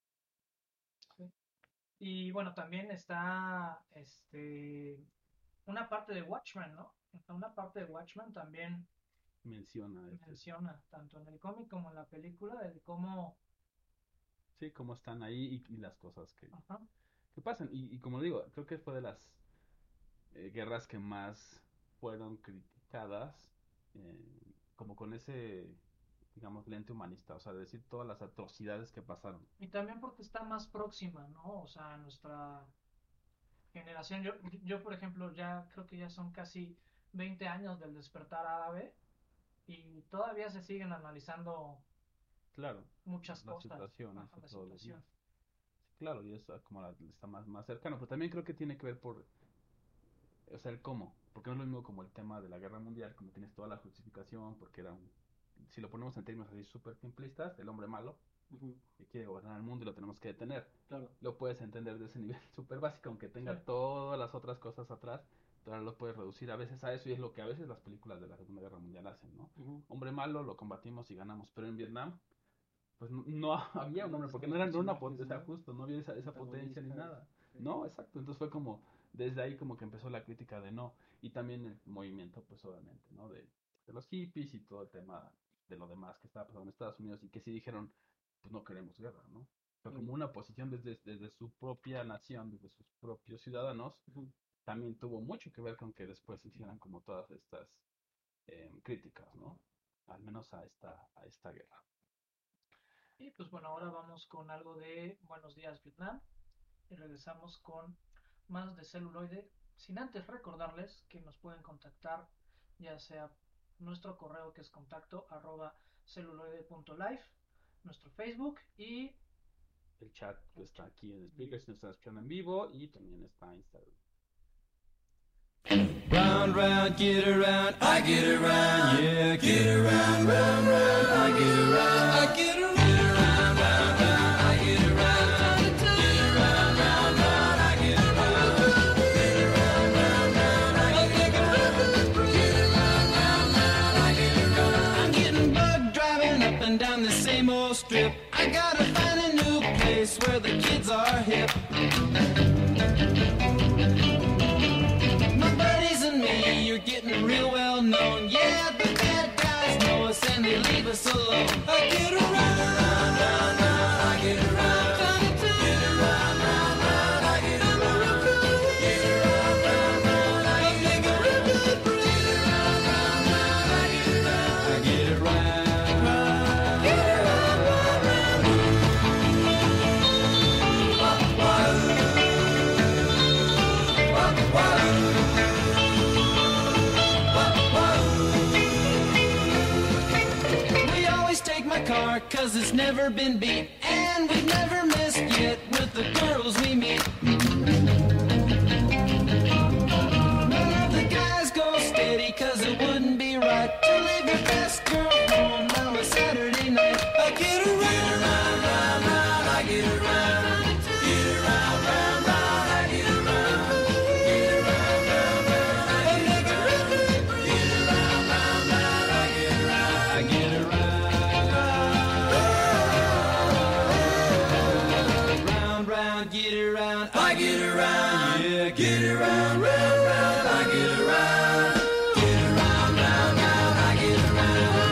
B: Y bueno, también está este una parte de Watchmen, ¿no? Una parte de Watchmen también
A: Menciona este,
B: menciona, tanto en el cómic como en la película, de cómo,
A: sí, cómo están ahí y, y las cosas que,
B: ajá,
A: que pasan. Y, y como digo, creo que fue de las eh, guerras que más fueron criticadas, eh, como con ese, digamos, lente humanista, o sea, decir todas las atrocidades que pasaron.
B: y también porque está más próxima, ¿no? O sea, nuestra generación, yo, yo por ejemplo, ya creo que ya son casi veinte años del despertar árabe y todavía se siguen analizando
A: Claro,
B: muchas
A: la
B: cosas.
A: situación,
B: Ajá,
A: eso
B: la
A: todos los días.
B: situación.
A: Sí, claro, y eso como la- está más, más cercano, pero también creo que tiene que ver por, o sea, el cómo, porque no es lo mismo como el tema de la guerra mundial, como tienes toda la justificación, porque era un, si lo ponemos en términos así súper simplistas, el hombre malo,
C: Ujú.
A: que quiere gobernar el mundo y lo tenemos que detener.
C: Claro.
A: Lo puedes entender de ese nivel súper básico, aunque tenga
B: Sí.
A: todas las otras cosas atrás, todavía lo puedes reducir a veces a eso y es lo que a veces las películas de la Segunda Guerra Mundial hacen, ¿no?
C: Ujú.
A: Hombre malo, lo combatimos y ganamos, pero en Vietnam, pues no, no había un hombre, porque no
C: Los
A: era una
C: personajes,
A: potencia
C: ¿no?
A: justo, no había esa, esa potencia ni
C: Protagonistas.
A: nada.
C: Sí.
A: No, exacto, entonces fue como, desde ahí como que empezó la crítica de no, y también el movimiento, pues obviamente, ¿no? De, de los hippies y todo el tema de lo demás que estaba pasando en Estados Unidos y que sí dijeron, pues no queremos guerra, ¿no? Fue como una posición desde, desde su propia nación, desde sus propios ciudadanos,
C: Ujú.
A: también tuvo mucho que ver con que después se hicieran como todas estas eh, críticas, ¿no? Al menos a esta, a esta guerra.
B: Y pues bueno, ahora vamos con algo de Buenos Días Vietnam y regresamos con más de celuloide, sin antes recordarles que nos pueden contactar ya sea nuestro correo que es contacto arroba celuloide.life, nuestro Facebook y
A: El chat que está aquí en Speakers, nos está escuchando en vivo y también está Instagram.
D: Round, round, get around, I get around, yeah, get around, round, round, I get around, I get around, round, round, round, I get around, get around, round, round, I get around, get around, round, round, I get around, get around, round, round, I get around. I'm getting bugged driving up and down the same old strip. I gotta find a new place where the kids are hip. You're getting real well known. Yeah, the bad guys know us and they leave us alone. I get around, round, round, round, I get around. Get around, round, round, I get around. Get around, round, round, I get around. Get around, round, round, I get around. I get around. Get around, round, round. Wah, wah. Wah, wah. Car, cause it's never been beat, and we've never missed yet with the girls we meet. None of the guys go steady, cause it wouldn't be right to leave your best girl home on a Saturday night. I get around, round, round, round, I get around. Get around, round, round, I get around. Get around, round, round, I get around. Get around, round, round, I get around. I get around. Get around, I get around, yeah, get around, round, round, I get around, get around, round, round, I get around.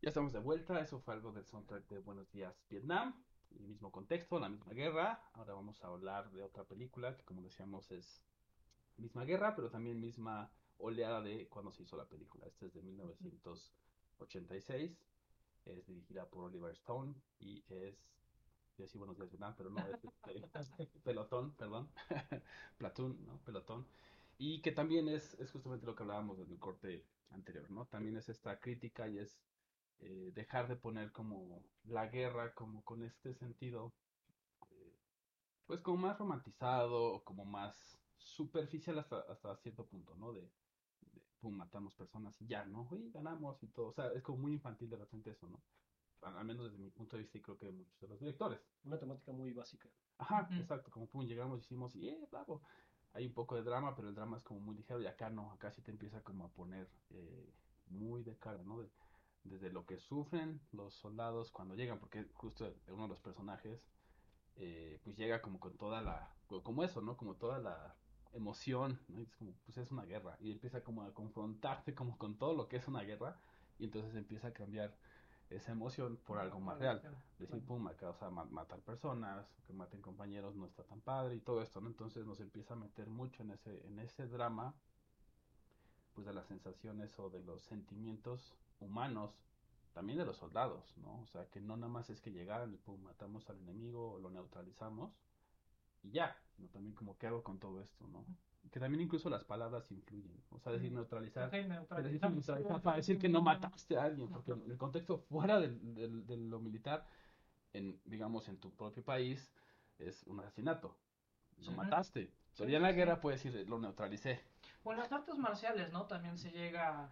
A: Ya estamos de vuelta, eso fue algo del soundtrack de Buenos Días Vietnam, el mismo contexto, la misma guerra. Ahora vamos a hablar de otra película que como decíamos es misma guerra, pero también misma oleada de cuando se hizo la película. Esta es de mil novecientos ochenta y seis, es dirigida por Oliver Stone y es, yo decía Buenos Días Vietnam, pero no, es este, Pelotón, perdón, Platoon, ¿no? Pelotón. Y que también es, es justamente lo que hablábamos en el corte anterior, ¿no? También es esta crítica y es eh, dejar de poner como la guerra como con este sentido, eh, pues como más romantizado o como más superficial hasta, hasta cierto punto, ¿no? De, de, pum, matamos personas y ya, ¿no? Y ganamos y todo. O sea, es como muy infantil de repente eso, ¿no? Al, al menos desde mi punto de vista y creo que de muchos de los directores.
C: Una temática muy básica.
A: Ajá,
B: Ujú.
A: exacto, como pum, llegamos, hicimos y eh, bravo. Hay un poco de drama, pero el drama es como muy ligero y acá no, acá sí te empieza como a poner eh, muy de cara, ¿no? De, desde lo que sufren los soldados cuando llegan, porque justo uno de los personajes eh, pues llega como con toda la, como eso, ¿no? Como toda la emoción, ¿no? Y es como, pues es una guerra, y empieza como a confrontarse como con todo lo que es una guerra, y entonces empieza a cambiar esa emoción por algo más real. Decir, pum, acá, o sea, ma- matar personas, que maten compañeros no está tan padre y todo esto, ¿no? Entonces nos empieza a meter mucho en ese, en ese drama, pues de las sensaciones o de los sentimientos humanos, también de los soldados, ¿no? O sea, que no nada más es que llegaran y pum, matamos al enemigo o lo neutralizamos y ya, sino también como qué hago con todo esto, ¿no? Que también incluso las palabras influyen, o sea, decir neutralizar,
B: Ok,
A: pero decir
B: neutralizamos.
A: neutralizar para decir que no mataste a alguien, porque el contexto fuera del, del- de lo militar, en, digamos, en tu propio país, es un asesinato, lo
B: Ujú.
A: mataste,
B: Sí,
A: pero ya en
B: sí,
A: la
B: sí.
A: guerra puedes decir, lo neutralicé,
B: O en las artes marciales, ¿no? También se llega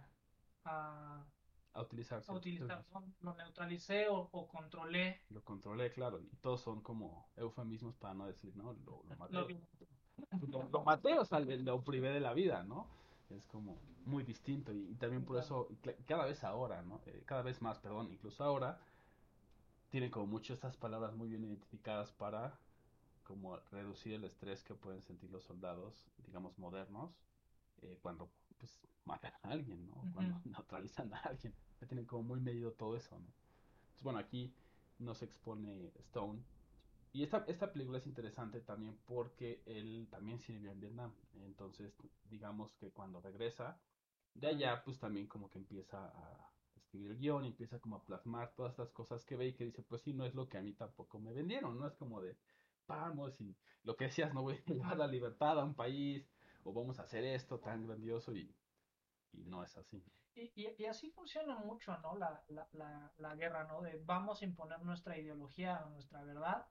B: a,
A: a utilizar
B: a
A: ciertos
B: utilizar,
A: términos.
B: ¿no? Lo neutralicé o, o controlé.
A: Lo controlé, claro, y todos son como eufemismos para no decir, no, lo, lo
B: Lo,
A: maté. Lo, lo maté, o sea, le- lo privé de la vida, ¿no? Es como muy distinto y, y también por
B: claro.
A: eso, y cla- cada vez ahora, ¿no? Eh, cada vez más, perdón, incluso ahora, tienen como mucho estas palabras muy bien identificadas para como reducir el estrés que pueden sentir los soldados, digamos, modernos, eh, cuando pues matan a alguien, ¿no?
B: Ujú.
A: Cuando neutralizan a alguien. Ya tienen como muy medido todo eso, ¿no? Entonces, bueno, aquí nos expone Stone. Y esta, esta película es interesante también porque él también sirvió en Vietnam. Entonces, digamos que cuando regresa de allá, pues también como que empieza a escribir el guión y empieza como a plasmar todas estas cosas que ve y que dice, pues sí, no es lo que a mí tampoco me vendieron, no es como de, vamos y lo que decías, no voy a llevar la libertad a un país o vamos a hacer esto tan grandioso y, y no es así.
B: Y, y, y así funciona mucho, ¿no? La, la, la, la guerra, ¿no? De vamos a imponer nuestra ideología, nuestra verdad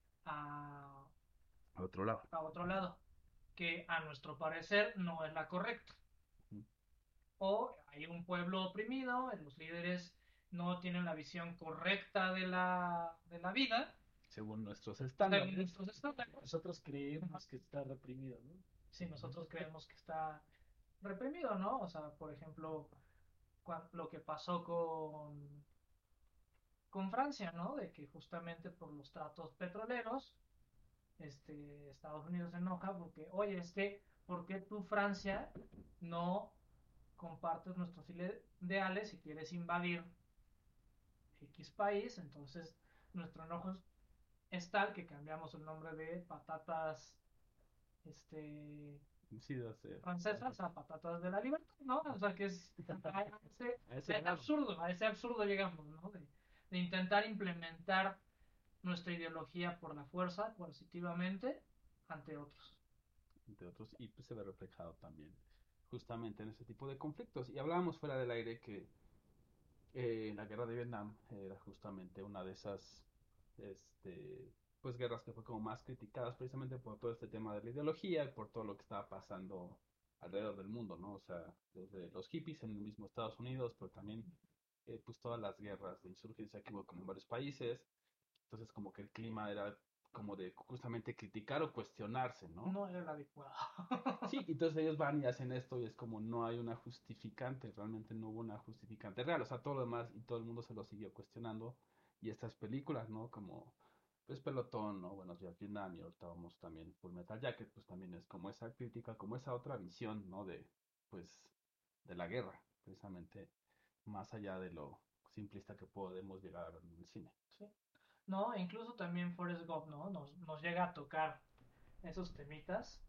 B: a,
A: A otro lado.
B: a otro lado, que a nuestro parecer no es la correcta.
A: Ujú.
B: O hay un pueblo oprimido, los líderes no tienen la visión correcta de la, de la vida,
A: Según nuestros
B: según
A: estándares.
B: nuestros estándares.
C: Nosotros creemos que está reprimido, ¿no?
B: Si nosotros creemos que está reprimido, ¿no? O sea, por ejemplo, cuan- lo que pasó con, con Francia, ¿no? De que justamente por los tratos petroleros, este, Estados Unidos se enoja porque, oye, es que, ¿por qué tú, Francia, no compartes nuestros ideales y quieres invadir X país? Entonces, nuestro enojo es tal que cambiamos el nombre de patatas, este,
A: Sí, de hacer.
B: francesas a patatas de la libertad, ¿no? O sea, que es a ese,
A: A
B: a
A: ese
B: ese
A: grado.
B: absurdo, a ese absurdo llegamos, ¿no? De, de intentar implementar nuestra ideología por la fuerza, coercitivamente, ante otros.
A: Entre otros, y pues se ve reflejado también justamente en ese tipo de conflictos. Y hablábamos fuera del aire que eh, la guerra de Vietnam era justamente una de esas este, pues guerras que fue como más criticadas precisamente por todo este tema de la ideología y por todo lo que estaba pasando alrededor del mundo, ¿no? O sea, desde los hippies en el mismo Estados Unidos, pero también eh, pues todas las guerras de insurgencia que hubo como en varios países. Entonces como que el clima era como de justamente criticar o cuestionarse, ¿no?
B: No era el adecuado.
A: Sí, entonces ellos van y hacen esto y es como no hay una justificante, realmente no hubo una justificante real, o sea, todo lo demás y todo el mundo se lo siguió cuestionando y estas películas, ¿no? Como pues Pelotón, ¿no? Buenos Días Vietnam y ahorita vamos también Full Metal Jacket, pues también es como esa crítica, como esa otra visión, ¿no? De pues de la guerra, precisamente más allá de lo simplista que podemos llegar a ver en el cine.
B: Sí. No, e incluso también Forrest Gump, ¿no? Nos, nos llega a tocar esos temitas,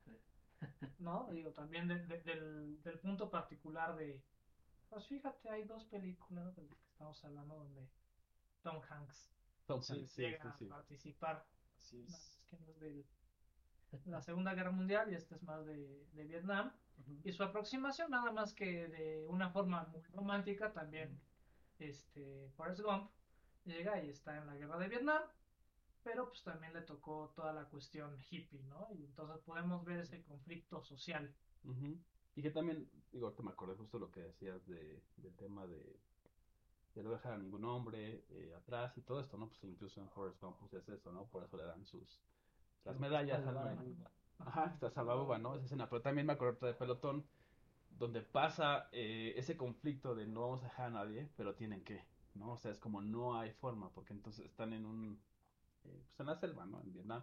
B: ¿no? Digo, también de- de- del, del punto particular de, pues fíjate, hay dos películas de las que estamos hablando donde Tom Hanks
A: Tom
C: Sí,
A: Hanks, sí,
B: llega
A: sí,
B: a
A: sí.
B: participar,
C: Así
B: nada
C: es.
B: más que no es de la Segunda Guerra Mundial y este es más de, de Vietnam.
C: Ujú.
B: Y su aproximación, nada más que de una forma muy romántica, también este, Forrest Gump llega y está en la guerra de Vietnam, pero pues también le tocó toda la cuestión hippie, ¿no? Y entonces podemos ver ese conflicto social.
A: Ujú. Y que también, digo, ahorita me acordé justo lo que decías de, del tema de, de no dejar a ningún hombre eh, atrás y todo esto, ¿no? Pues incluso en Forrest Gump pues es eso, ¿no? Por eso le dan sus las
C: Lo que
A: medallas
C: está
A: al
C: la
A: me-
C: uva.
A: Ajá, está salvaviva, ¿no? Esa escena, pero también me acuerdo ahorita de Pelotón, donde pasa eh, ese conflicto de no vamos a dejar a nadie, pero tienen que, ¿no? O sea, es como no hay forma, porque entonces están en un, eh, pues en la selva, ¿no? En Vietnam,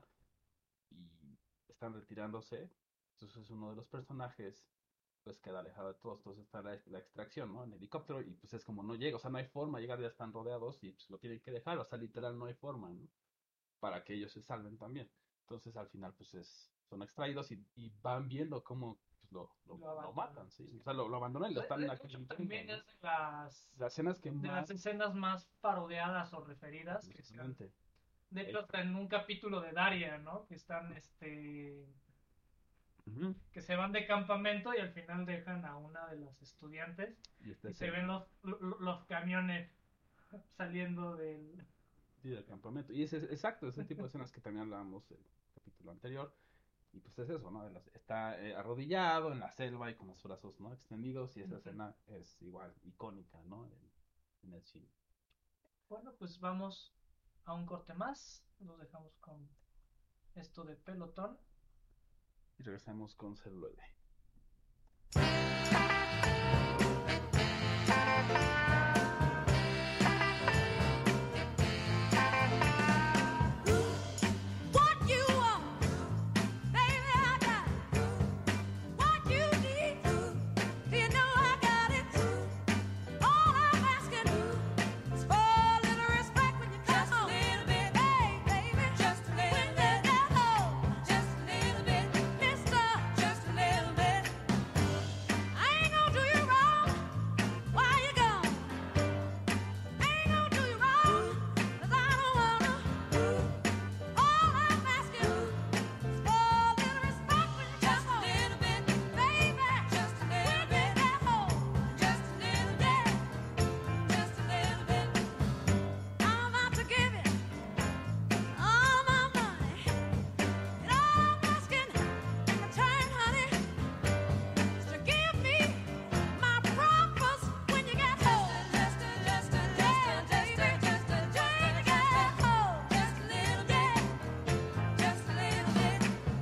A: y están retirándose. Entonces uno de los personajes pues queda alejado de todos, entonces está la, la extracción, ¿no? En helicóptero y pues es como no llega, o sea, no hay forma, llegar ya están rodeados y pues lo tienen que dejar, o sea, literal no hay forma, ¿no? Para que ellos se salven también. Entonces al final pues es, son extraídos y, y van viendo cómo pues, lo, lo,
B: Lo
A: lo
B: abandonan.
A: matan, ¿sí? O sea, lo, lo abandonan y lo
B: De,
A: están
B: de
A: aquí
B: hecho,
A: intentando,
B: también
A: ¿no?
B: es de las,
A: Las escenas que
B: de las
A: más...
B: escenas más parodiadas o referidas que se han.
A: Justamente,
B: De hecho,
A: eh,
B: hasta en un capítulo de Daria, ¿no? Que están, este,
A: ujú,
B: que se van de campamento y al final dejan a una de las estudiantes
A: y esta
B: y se
A: escena,
B: ven los, lo- los camiones saliendo del.
A: sí, del campamento. Y es, es- exacto, ese tipo de escenas que también hablábamos el capítulo anterior. Y pues es eso, ¿no? De las- está eh, arrodillado en la selva y con los brazos, ¿no? Extendidos y esa
B: Ujú.
A: escena es igual, icónica, ¿no? En, en el cine.
B: Bueno, pues vamos a un corte más. Nos dejamos con esto de Pelotón.
A: Y regresamos con celuloide.
D: What you want, baby, I got it. What you need, you know I got it. All I'm asking is for a little respect when you come home. Just a little bit, hey, baby, just a little bit. When you get home, just a little bit, mister, just a little bit. I ain't gonna do you wrong while you're gone. I ain't gonna do you wrong 'cause I don't wanna. All I'm asking is for a little respect when you come home. Just a little bit, baby. Just a little bit. When you get home, just a little bit. Just a little bit. I'm about to give you all my money, and all I'm asking in return, honey, is to give me my promise when you get home. Just a, just a, just a, just a, just a, just a, when you get home, just a little bit, just a little bit.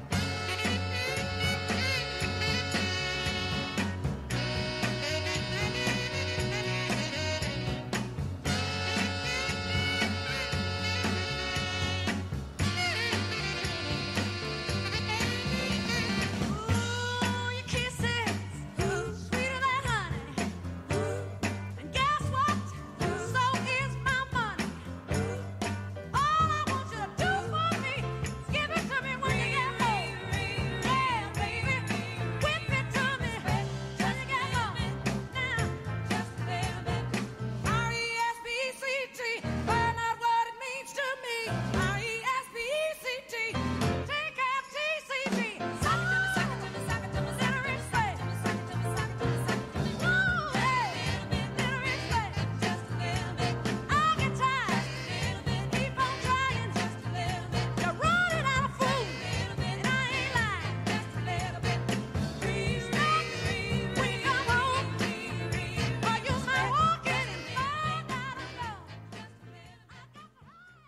D: Ooh, your kisses, sweeter than honey. And guess what? So is my money. All I want you to do for me is give it to me when you get home. Yeah, baby, whip it to me when you get home. Now, just a little bit. R E S P E C T, find out what it means to me. R E S P E C T, take F T C T. Suck it to me, suck it to me, suck it to me, little rich way. Suck it to me, suck it to me, suck it to me. Woo, hey, little rich way. Just a little bit. I'll get tired. Just a little bit. Keep on trying. Just a little bit. You're running out of food. And I ain't lying. Just a little bit. Respect when you come home. Or you might walk in and find out alone. Just a little. I got to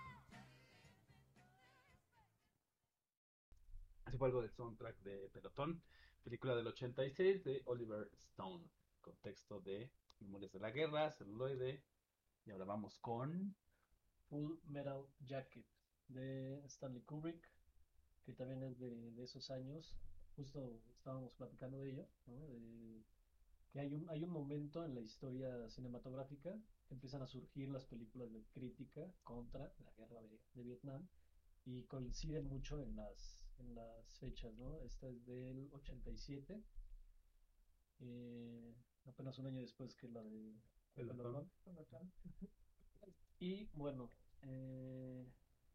A: Así fue algo del soundtrack de Pelotón, película del ochenta y seis de Oliver Stone. Contexto de Memorias de la Guerra, celuloide. Y ahora vamos con...
C: Full Metal Jacket de Stanley Kubrick, que también es de, de esos años. Justo estábamos platicando de ello, ¿no? De que hay un, hay un momento en la historia cinematográfica que empiezan a surgir las películas de crítica contra la guerra de, de Vietnam y coinciden mucho en las, en las fechas, ¿no? Esta es del ochenta y siete, eh, apenas un año después que la de
A: El
C: Pelotón.
B: Pelotón.
C: Y bueno, eh,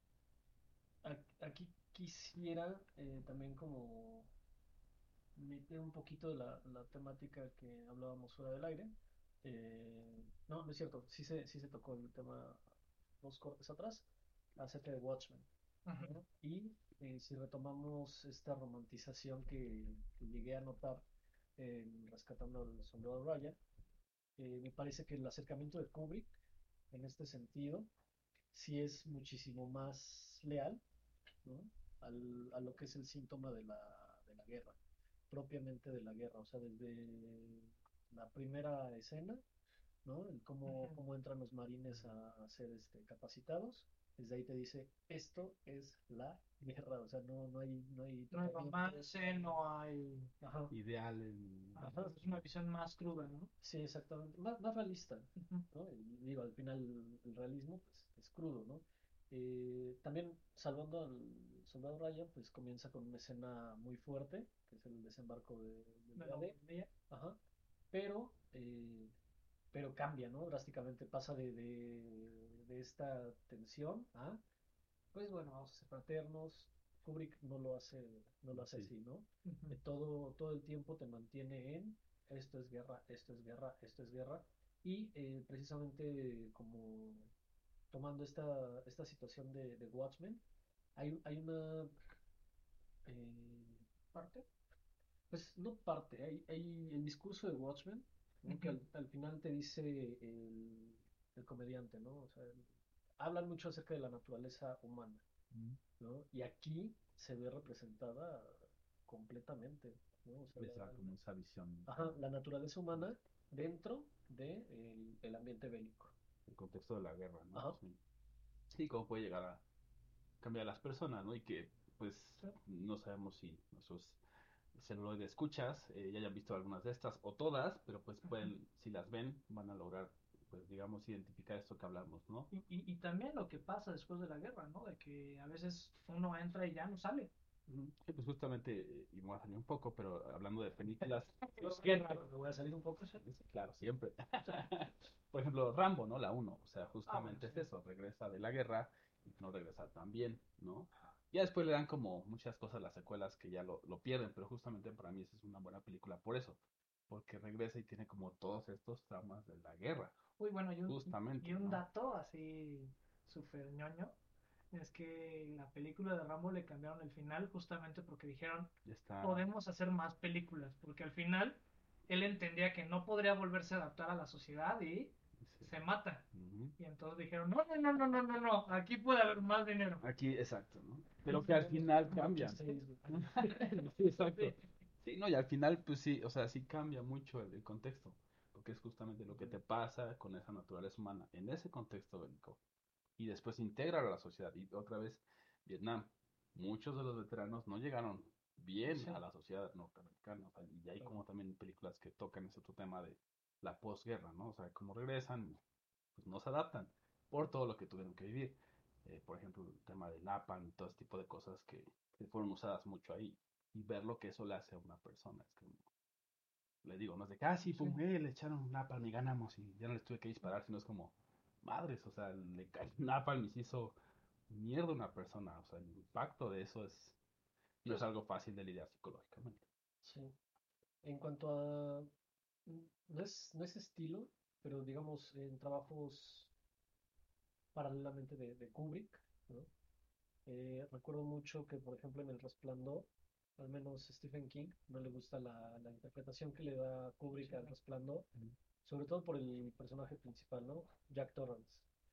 C: a- aquí quisiera eh, también como meter un poquito de la, la temática que hablábamos fuera del aire. Eh, no, no es cierto, sí se, sí se tocó el tema dos cortes atrás, acerca de Watchmen.
B: Ujú.
C: ¿No? Y eh, si retomamos esta romantización que, que llegué a notar en Rescatando al Soldado Ryan, eh, me parece que el acercamiento de Kubrick en este sentido sí es muchísimo más leal, ¿no? Al, a lo que es el síntoma de la, de la guerra, propiamente de la guerra, o sea, desde la primera escena, ¿no? El cómo,
B: Ujú.
C: cómo entran los marines a, a ser este, capacitados, desde ahí te dice, esto es la guerra, o sea, no, no hay, no hay
B: No hay
C: tocamientos,
B: romance, no hay...
C: ajá,
A: Ideal en...
C: ajá,
B: Es una visión más cruda, ¿no?
C: sí, exactamente, más, más realista,
B: Ujú.
C: ¿no? Y digo, al final el realismo pues, es crudo, ¿no? Eh, también salvando al soldado Ryan, pues comienza con una escena muy fuerte, que es el desembarco de, de
B: De
C: B A D,
B: Normandía.
C: ajá, pero, eh, pero cambia, ¿no? Drásticamente pasa de, de, de esta tensión a, pues bueno, vamos a ser fraternos. Kubrick no lo hace, no lo hace
A: Sí,
C: así, ¿no?
B: Ujú.
C: Eh, todo, todo el tiempo te mantiene en esto es guerra, esto es guerra, esto es guerra. Y eh, precisamente como tomando esta, esta situación de, de Watchmen, hay, hay una eh,
B: Parte.
C: pues no parte, hay, hay el discurso de Watchmen, ¿no? Que
B: Ujú.
C: al, al final te dice el, el comediante, ¿no? O sea, el- hablan mucho acerca de la naturaleza humana,
A: mm,
C: ¿no? Y aquí se ve representada completamente, ¿no? O sea, la,
A: esa, como esa visión,
C: ajá, la naturaleza humana dentro del de el ambiente bélico.
A: el contexto de la guerra, ¿no?
C: Ajá,
A: Sí. Sí, cómo puede llegar a cambiar a las personas, ¿no? Y que, pues,
B: Sí.
A: no sabemos si nuestros celuloide escuchas eh, ya hayan visto algunas de estas o todas, pero pues
B: Ujú.
A: pueden, si las ven, van a lograr, pues, digamos, identificar esto que hablamos, ¿no?
B: Y, y, y también lo que pasa después de la guerra, ¿no? De que a veces uno entra y ya no sale.
A: Ujú. Sí, pues justamente, eh, y me voy a salir un poco, pero hablando de películas,
B: Es guerra.
C: me voy a salir un poco.
A: sí, claro, siempre. Por ejemplo, Rambo, ¿no? La uno, o sea,
B: Ah, bueno,
A: justamente es
B: sí.
A: eso, regresa de la guerra y no regresa tan bien, ¿no? Ya después le dan como muchas cosas las secuelas que ya lo, lo pierden, pero justamente para mí esa es una buena película por eso, porque regresa y tiene como todos estos traumas de la guerra,
B: Uy, bueno, y un,
A: justamente,
B: y un
A: ¿no?
B: dato así súper ñoño es que la película de Rambo le cambiaron el final justamente porque dijeron,
A: Ya está,
B: podemos hacer más películas, porque al final él entendía que no podría volverse a adaptar a la sociedad y
A: sí,
B: se mata.
A: ujú.
B: Y entonces dijeron, no, no, no, no, no, no, no, aquí puede haber más dinero.
A: Aquí, exacto, ¿no?
C: Y
A: Pero que al
C: tenemos
A: final
C: muchos
A: cambian.
C: seis, güey.
A: Sí, exacto.
B: Sí.
A: Sí, no, y al final, pues sí, o sea, sí cambia mucho el, el contexto, porque es justamente lo que te pasa con esa naturaleza humana en ese contexto bélico. Y después integra a la sociedad. Y otra vez, Vietnam. Muchos de los veteranos no llegaron bien
B: Sí.
A: a la sociedad norteamericana. O sea, y hay
C: Claro.
A: como también películas que tocan ese otro tema de la posguerra, ¿no? O sea, cómo regresan, pues no se adaptan por todo lo que tuvieron que vivir. Eh, por ejemplo, el tema de Napalm y todo ese tipo de cosas que, que fueron usadas mucho ahí. Y ver lo que eso le hace a una persona. Es que le digo, no es de que, ah, sí,
B: Sí.
A: pum, eh, le echaron Napalm y ganamos y ya no les tuve que disparar, sino es como, madres, o sea, le cae Napalm y se hizo mierda a una persona. O sea, el impacto de eso es, no es algo fácil de lidiar psicológicamente.
C: Sí. En cuanto a, mm, no es, no es estilo, pero digamos en trabajos paralelamente de, de Kubrick, ¿no? Eh, recuerdo mucho que, por ejemplo, en El Resplandor, al menos Stephen King no le gusta la, la interpretación que le da Kubrick
B: Sí.
C: al Resplandor, sobre todo por el personaje principal, ¿no? Jack Torrance,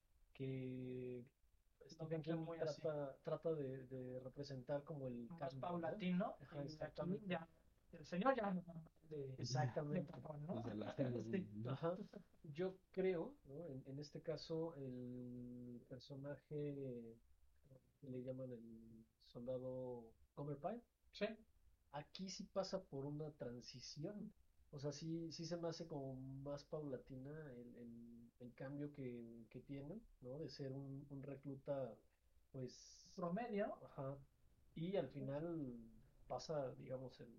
C: que
B: Lo
C: Stephen
B: pintan
C: King
B: muy así,
C: trata, trata de, de representar como el
B: más
C: cambio, ¿no?
B: paulatino.
C: Ajá,
B: Y aquí
C: exactamente.
B: ya, el señor ya no de, de
C: Exactamente.
B: cajón, ¿no?
A: Desde la escena,
B: Sí.
C: Ajá. Yo creo, ¿no? En, en este caso, el personaje que le llaman el soldado Comer Pie,
B: Sí.
C: aquí sí pasa por una transición, O sea, sí, sí se me hace como más paulatina el, el, el cambio que, que tiene, ¿no? De ser un, un recluta, pues,
B: Promedio.
C: ajá, y al final pasa, digamos, el,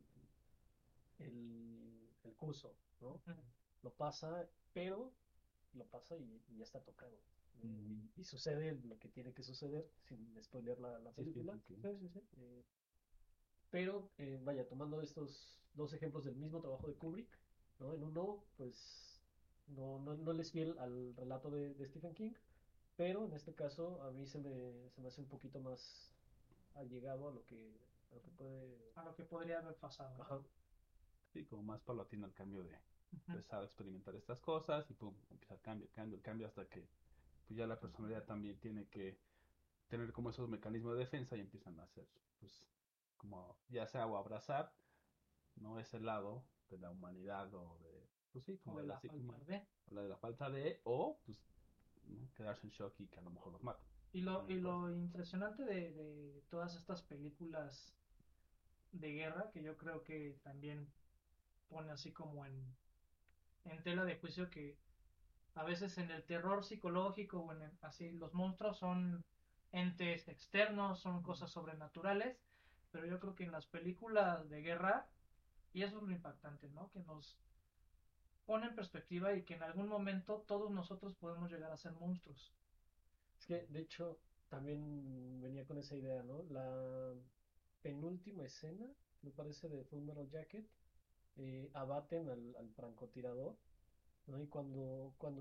C: el, el curso, ¿no?
B: Ujú.
C: Lo pasa, pero lo pasa y, y ya está tocado. ¿No?
A: Mm.
C: Y, y sucede lo que tiene que suceder, sin spoiler la, la
A: Sí, sí,
C: película.
A: sí, sí.
C: Sí, sí, sí. Eh, pero, eh, vaya, tomando estos dos ejemplos del mismo trabajo de Kubrick, ¿no? En uno, pues, no, no, no les fiel al relato de, de Stephen King, pero en este caso a mí se me, se me hace un poquito más allegado a lo que, a lo que puede...
B: A lo que podría haber pasado.
C: Ajá.
A: Sí, como más paulatino el cambio de
B: Ujú.
A: empezar a experimentar estas cosas y pum, empieza el cambio, el cambio, el cambio hasta que pues ya la personalidad también tiene que tener como esos mecanismos de defensa y empiezan a hacer, pues, como ya sea o abrazar, ¿no? Ese lado de la humanidad o de, pues sí,
B: O
A: como
B: de
A: de la
B: la
A: psique
B: falta
A: humana,
B: de.
A: o la de la falta de, o pues, ¿no? Quedarse en shock y que a lo mejor los mata.
B: Y lo, y
A: También puede
B: lo
A: ser.
B: impresionante de, de todas estas películas de guerra, que yo creo que también pone así como en, en tela de juicio que a veces en el terror psicológico o en el- así los monstruos son entes externos, son cosas sobrenaturales, pero yo creo que en las películas de guerra, y eso es lo impactante, ¿no? Que nos pone en perspectiva y que en algún momento todos nosotros podemos llegar a ser monstruos.
C: Es que, de hecho, también venía con esa idea, ¿no? La penúltima escena, me parece, de Full Metal Jacket, eh, abaten al, al francotirador, ¿no? Y cuando, cuando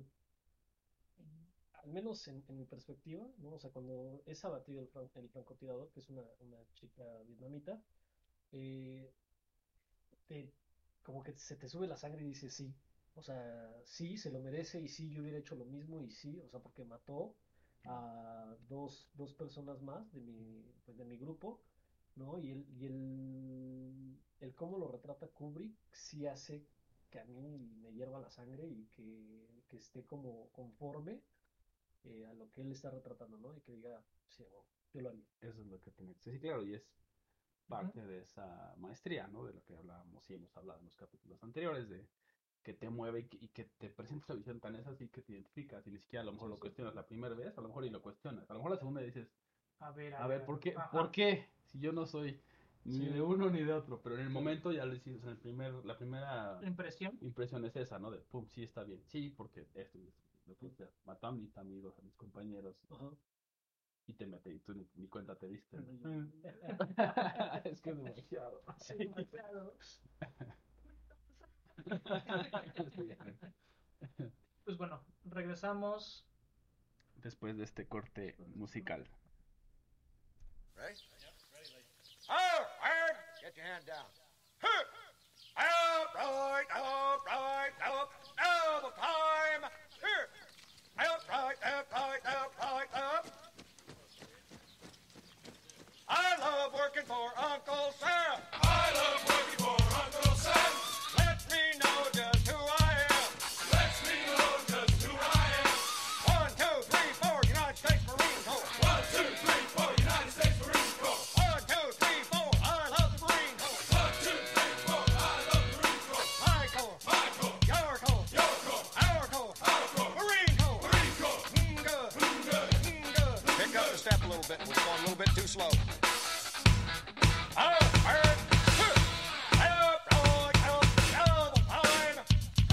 C: al menos en, en mi perspectiva, ¿no? O sea, cuando es abatido el, fran- el francotirador, que es una, una chica vietnamita, eh, te, como que se te sube la sangre y dices sí. O sea, sí, se lo merece y sí, yo hubiera hecho lo mismo y sí, o sea, porque mató a dos, dos personas más de mi, pues de mi grupo, ¿no? Y el, y el, el cómo lo retrata Kubrick sí hace que a mí me hierva la sangre y que, que esté como conforme eh, a lo que él está retratando, ¿no? Y que diga, sí, bueno, yo lo haría.
A: Eso es lo que tiene que ser. Sí, claro, y es
B: Ujú.
A: parte de esa maestría, ¿no? De lo que hablábamos y hemos hablado en los capítulos anteriores, de que te mueve y que, y que te presenta esa visión tan es así que te identificas y ni siquiera a lo mejor
C: Sí,
A: lo
C: sí.
A: cuestionas la primera vez, a lo mejor y lo cuestionas. A lo mejor la segunda dices,
B: A ver, a
A: a
B: ver,
A: ver,
B: a
A: ¿por
B: ver.
A: qué?
B: Ajá.
A: ¿Por qué? Si yo no soy ni
C: Sí.
A: de uno ni de otro, pero en el
C: Claro.
A: momento ya lo hiciste, en el primer, la primera
B: Impresión.
A: impresión es esa, ¿no? De, pum, sí está bien, sí, porque esto y esto, lo que sea, mató a mis amigos, a mis compañeros,
C: Ajá.
A: y te metí, y tú ni, ni cuenta te diste, ¿no?
C: Mm.
A: Es que es demasiado.
B: Es demasiado. Pues bueno, regresamos.
A: Después de este corte musical.
E: Ready? All right, get your hand down. Huh. Upright, upright, up, double time. Here. Upright, upright, upright, up. I love working for Uncle Sam. I love working for Uncle Sam. Lets me know just who I am. Lets me know just who I am. One, two, three, four, United States Marine Corps. One, two, three, four, United States Marine Corps. One, two, three, four, I love the Marine Corps. One, two, three, four, I love the Marine Corps. My Corps. My Corps. Your Corps. Your Corps. Our Corps. Our Corps. Marine Corps. Marine Corps. Mm, good. Mm, good. Mm, good. Pick up the step a little bit. We're going a little bit too slow. All right. Up, right, up, double time.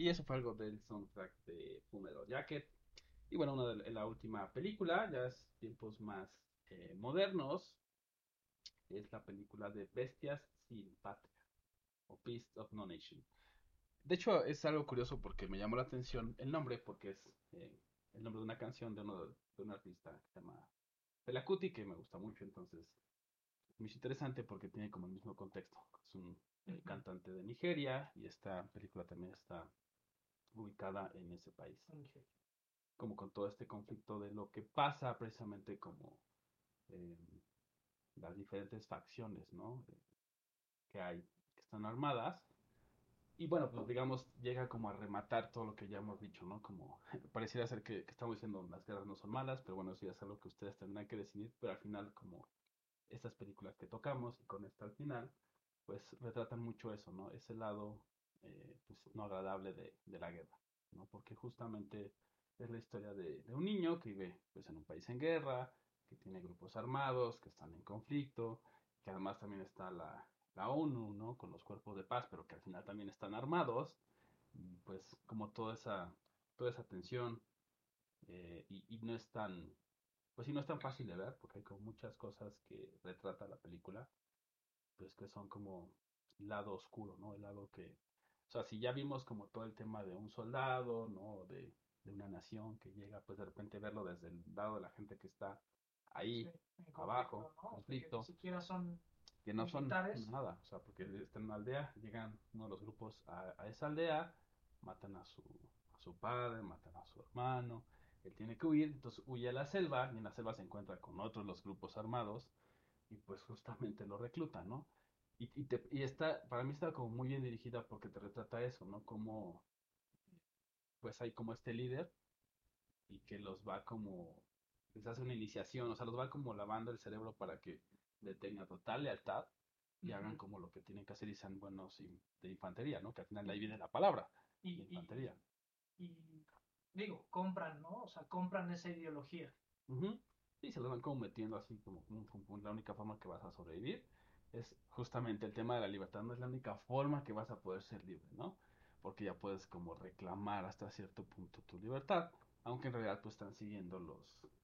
A: Y eso fue algo del soundtrack de Fullmetal Jacket. Y bueno, una de la última película, ya es tiempos más eh, modernos, es la película de Bestias sin Patria, o Beasts of No Nation. De hecho, es algo curioso porque me llamó la atención el nombre, porque es eh, el nombre de una canción de, uno, de un artista que se llama Fela Kuti, que me gusta mucho, entonces me hizo interesante porque tiene como el mismo contexto. Es un eh,
B: Ujú.
A: cantante de Nigeria y esta película también está ubicada en ese país.
B: Ok.
A: Como con todo este conflicto de lo que pasa precisamente como eh, las diferentes facciones, ¿no? Eh, que hay, que están armadas. Y bueno, pues digamos, llega como a rematar todo lo que ya hemos dicho, ¿no? Como pareciera ser que, que estamos diciendo las guerras no son malas, pero bueno, eso ya es algo que ustedes tendrán que decidir, pero al final como estas películas que tocamos y con esta al final, pues retratan mucho eso, ¿no? Ese lado eh, pues, no agradable de, de la guerra, ¿no? Porque justamente es la historia de, de un niño que vive pues, en un país en guerra, que tiene grupos armados, que están en conflicto, que además también está la, la ONU, ¿no? Con los cuerpos de paz, pero que al final también están armados, y pues como toda esa, toda esa tensión, eh, y, y no es tan, pues sí, no es tan fácil de ver, porque hay como muchas cosas que retrata la película, pues que son como el lado oscuro, ¿no? El lado que, o sea, si ya vimos como todo el tema de un soldado, ¿no? De, de una nación que llega, pues de repente verlo desde el lado de la gente que está
B: Sí,
A: ahí,
B: en
A: abajo,
B: conflicto, ¿no? O sea, que ni
A: conflicto,
B: siquiera son
A: que no son
B: militares.
A: nada, o sea, porque están en una aldea, llegan uno de los grupos a, a esa aldea, matan a su, a su padre, matan a su hermano, él tiene que huir, entonces huye a la selva, y en la selva se encuentra con otros los grupos armados, y pues justamente lo reclutan, ¿no? Y, y, te, y está, para mí está como muy bien dirigida porque te retrata eso, ¿no? Como, pues hay como este líder y que los va como, les hace una iniciación, o sea, los va como lavando el cerebro para que le tengan total lealtad y hagan
B: Ujú.
A: como lo que tienen que hacer y sean buenos in- de infantería, ¿no? Que al final de ahí
B: Y,
A: viene la palabra,
B: y,
A: de
B: y,
A: infantería.
B: y, y, digo, compran, ¿no? O sea, compran esa ideología.
A: Ujú. Y se los van como metiendo así como, como- como la única forma que vas a sobrevivir es justamente el tema de la libertad, no es la única forma que vas a poder ser libre, ¿no? Porque ya puedes como reclamar hasta cierto punto tu libertad, aunque en realidad pues están siguiendo los,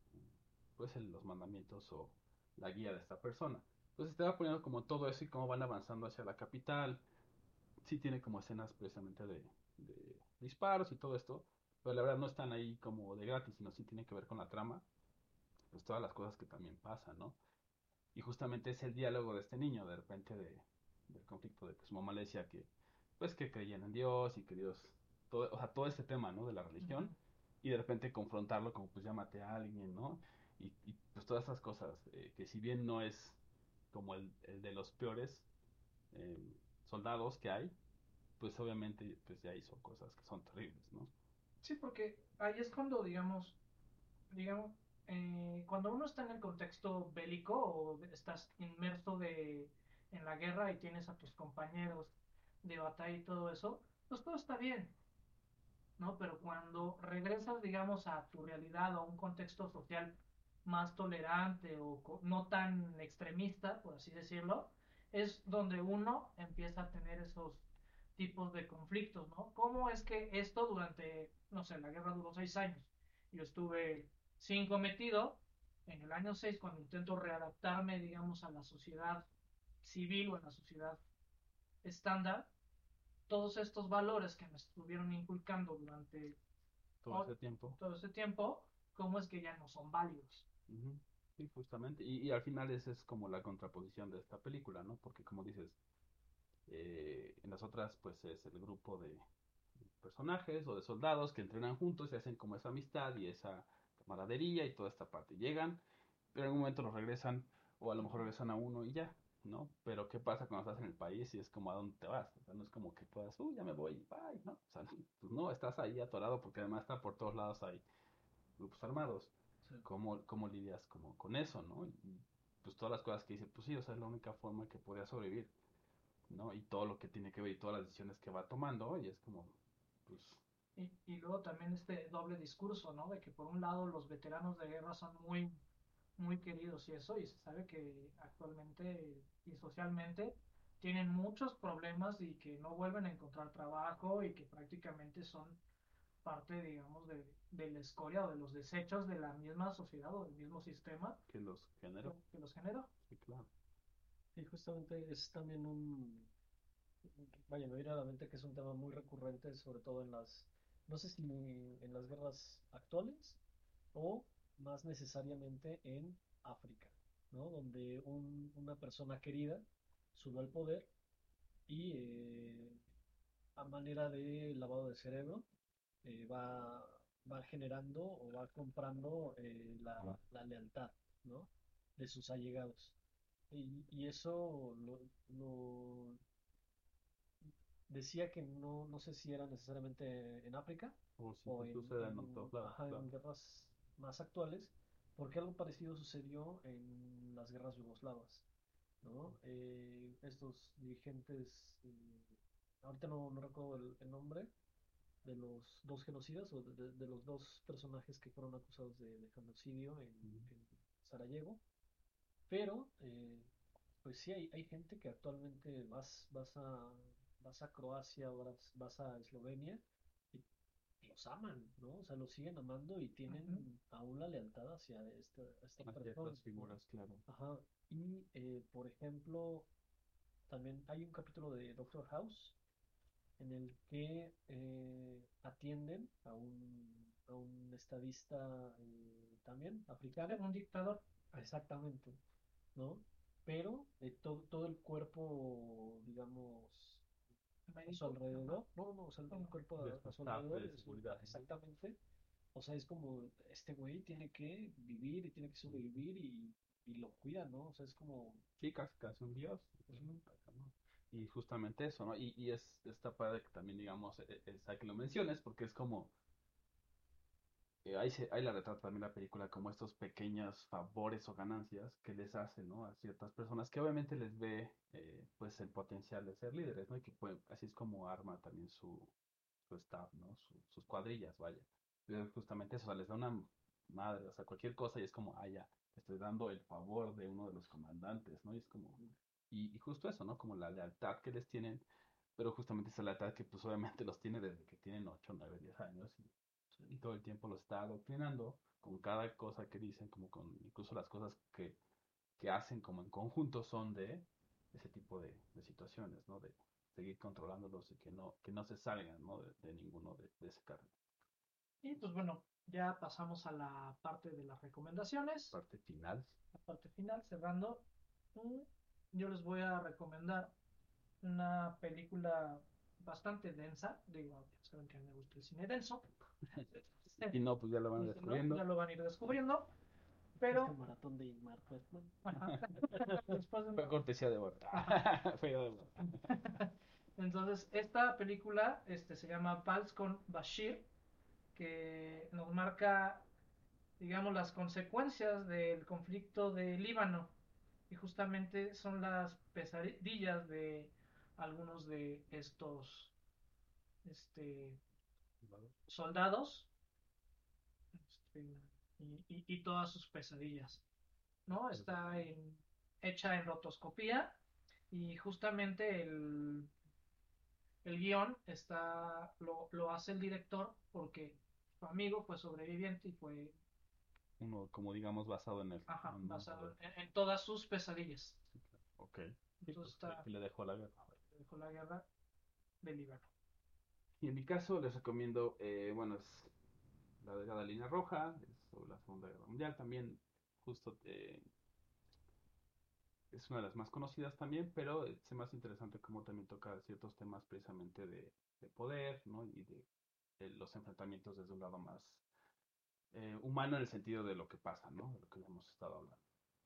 A: pues el- los mandamientos o la guía de esta persona. Entonces te va poniendo como todo eso y cómo van avanzando hacia la capital. Sí tiene como escenas precisamente de, de disparos y todo esto, pero la verdad no están ahí como de gratis, sino sí tiene que ver con la trama, pues todas las cosas que también pasan, ¿no? Y justamente es el diálogo de este niño, de repente de, del conflicto de que su mamá le decía que, pues que creían en Dios y que Dios, todo, o sea, todo este tema, ¿no? De la
B: Ujú.
A: religión, y de repente confrontarlo como, pues ya maté a alguien, ¿no? Y, y pues todas esas cosas, eh, que si bien no es como el, el de los peores eh, soldados que hay, pues obviamente, pues ya hizo cosas que son terribles, ¿no?
B: Sí, porque ahí es cuando, digamos, digamos, eh, cuando uno está en el contexto bélico o estás inmerso de, en la guerra y tienes a tus compañeros de batalla y todo eso, pues todo está bien, ¿no? Pero cuando regresas, digamos, a tu realidad o a un contexto social más tolerante o co- no tan extremista, por así decirlo, es donde uno empieza a tener esos tipos de conflictos, ¿no? ¿Cómo es que esto durante, no sé, la guerra duró seis años? Yo estuve cinco metido. En el año seis, cuando intento readaptarme, digamos, a la sociedad civil o a la sociedad estándar, todos estos valores que me estuvieron inculcando durante
A: Todo ese tiempo.
B: todo ese tiempo, ¿cómo es que ya no son válidos?
A: Ujú. Sí, justamente. Y, y al final esa es como la contraposición de esta película, ¿no? Porque como dices, eh, en las otras pues es el grupo de personajes o de soldados que entrenan juntos y hacen como esa amistad y esa camaradería y toda esta parte. Llegan, pero en algún momento los regresan o a lo mejor regresan a uno y ya, ¿no? Pero ¿qué pasa cuando estás en el país y es como a dónde te vas? O sea, no es como que puedas, uh, ya me voy, bye, ¿no? O sea, pues no, estás ahí atorado porque además está por todos lados hay grupos armados.
C: Sí.
A: ¿Cómo, cómo lidias como con eso, ¿no? Y pues todas las cosas que dice, pues sí, o sea, es la única forma que podía sobrevivir, ¿no? Y todo lo que tiene que ver y todas las decisiones que va tomando, y es como, pues,
B: Y, y luego también este doble discurso, ¿no? De que por un lado los veteranos de guerra son muy, muy queridos y eso, y se sabe que actualmente y socialmente tienen muchos problemas y que no vuelven a encontrar trabajo y que prácticamente son parte, digamos, de, de la escoria o de los desechos de la misma sociedad o del mismo sistema
A: Que los
B: que,
A: generó.
B: que los generó.
A: Sí, claro.
C: Y justamente es también un, vaya, me viene a la mente que es un tema muy recurrente, sobre todo en las, no sé si en las guerras actuales o más necesariamente en África, ¿no? Donde un- una persona querida sube al poder y eh, a manera de lavado de cerebro eh, va, va generando o va comprando eh, la, la lealtad, ¿no? De sus allegados. Y, y eso lo, lo decía que no, no sé si era necesariamente en África
A: O si
C: o
A: pues,
C: en,
A: sucede en
C: en,
A: todos lados,
C: ajá,
A: claro.
C: en guerras más actuales, porque algo parecido sucedió en las guerras yugoslavas, ¿no? Eh, estos dirigentes, eh, ahorita no, no recuerdo el, el nombre, de los dos genocidas o de, de- de los dos personajes que fueron acusados de, de genocidio en,
A: Ujú.
C: en Sarajevo, pero eh, pues sí hay, hay gente que actualmente vas, vas a, vas a Croacia, vas, vas a Eslovenia y los aman, ¿no? O sea, los siguen amando y
B: Ujú.
C: tienen aún la lealtad hacia esta, estas
A: A
C: personas,
A: ciertas
C: ¿no?
A: figuras, claro.
C: Ajá. Y eh, por ejemplo, también hay un capítulo de Doctor House en el que eh, atienden a un, a un estadista eh, también africano,
B: Un dictador
C: exactamente, ¿no? Pero eh, todo, todo el cuerpo, digamos, a su
B: médico.
C: alrededor, no, no, o sea, el
B: Ajá.
C: cuerpo
A: De
C: a,
A: su
C: a su
A: staff
C: alrededor,
A: de
C: es un-
A: seguridad.
C: exactamente, o sea, es como, este güey tiene que vivir y tiene que sobrevivir y, y lo cuida, ¿no? O sea, es como,
A: Sí, casi, casi un dios.
C: ujú,
A: ¿No? Y justamente eso, ¿no? Y, y es esta padre que también, digamos, e- e- está que lo menciones, porque es como, eh, ahí, se, ahí la retrata también la película como estos pequeños favores o ganancias que les hacen, ¿no? A ciertas personas que obviamente les ve, eh, pues, el potencial de ser líderes, ¿no? Y que pueden, así es como arma también su, su staff, ¿no? Su- sus cuadrillas, vaya. Pero justamente eso, o sea, les da una madre, o sea, cualquier cosa y es como, ah, ya, te estoy dando el favor de uno de los comandantes, ¿no? Y es como, y, y justo eso, ¿no? Como la lealtad que les tienen, pero justamente esa lealtad que pues obviamente los tiene desde que tienen ocho nueve diez años y, y todo el tiempo los está adoctrinando con cada cosa que dicen, como con incluso las cosas que, que hacen como en conjunto son de ese tipo de, de situaciones, ¿no? De seguir controlándolos y que no, que no se salgan, ¿no? De, de ninguno de, de ese cargo.
B: Y pues bueno, ya pasamos a la parte de las recomendaciones,
A: Parte final.
B: la parte final, cerrando. Mm, Yo les voy a recomendar una película bastante densa. Digo, ya saben que a mí me gusta el cine denso.
A: Y no, pues ya lo van
B: Y si no,
A: descubriendo.
B: ya lo van a ir descubriendo.
C: este
B: Pero,
C: maratón de Ingmar Bergman.
B: ajá, después de
A: Fue
B: una-
A: cortesía de Bart.
B: ajá.
A: Fue idea de Bart.
B: Entonces, esta película este, se llama Vals con Bashir, que nos marca, digamos, las consecuencias del conflicto de Líbano. Y justamente son las pesadillas de algunos de estos este, soldados este, y, y, y todas sus pesadillas. ¿No? Está en, hecha en rotoscopía y justamente el, el guión está, lo, lo hace el director porque su amigo fue sobreviviente y fue
A: Uno, como digamos, basado en el,
B: ajá,
A: en uno
B: basado
A: de-
B: en, en todas sus pesadillas.
A: sí, claro. Ok. Sí,
B: Entonces
A: pues que,
B: está
A: que le dejó la guerra.
B: dejó la guerra de Líbano.
A: Y en mi caso les recomiendo, eh, bueno, es La Delgada Línea Roja, es sobre la Segunda Guerra Mundial también, justo eh, es una de las más conocidas también, pero es más interesante cómo también toca ciertos temas precisamente de, de poder, ¿no? Y de, de los enfrentamientos desde un lado más eh, humano en el sentido de lo que pasa, ¿no? De lo que ya hemos estado hablando.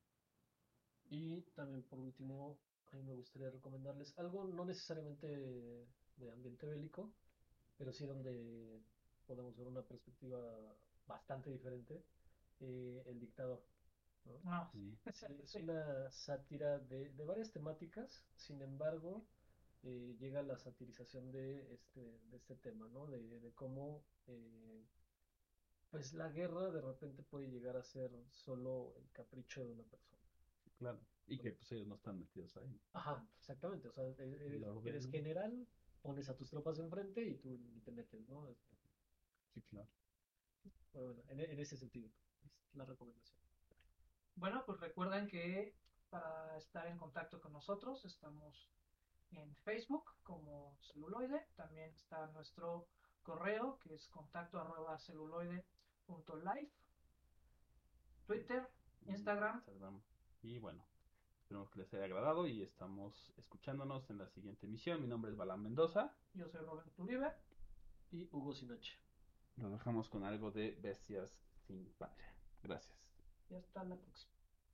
C: Y también por último, a mí me gustaría recomendarles algo no necesariamente de ambiente bélico, pero sí donde podemos ver una perspectiva bastante diferente, eh, El Dictador, ¿no?
B: Ah,
A: Sí.
C: Sí, es
B: sí.
C: una sátira de, de varias temáticas, sin embargo, eh, llega la satirización de este, de este tema, ¿no? De, de cómo eh, pues la guerra de repente puede llegar a ser solo el capricho de una persona.
A: claro. Y que pues ellos no están metidos ahí.
C: Ajá, exactamente. O sea, eres,
A: La orden,
C: eres
A: ¿no?
C: general, pones a tus tropas enfrente y tú ni te metes, ¿no?
A: Sí, claro.
C: Pero bueno, en, en ese sentido, es la recomendación.
B: Bueno, pues recuerden que para estar en contacto con nosotros estamos en Facebook como Celuloide. También está nuestro correo que es contacto arroba celuloide punto live. Twitter, Instagram.
A: Instagram. Y bueno, esperemos que les haya agradado y estamos escuchándonos en la siguiente emisión. Mi nombre es Balán Mendoza.
B: Yo soy Roberto Uribe.
C: Y Hugo Sinoche.
A: Nos dejamos con algo de Bestias sin Padre. Gracias.
B: Y hasta la próxima.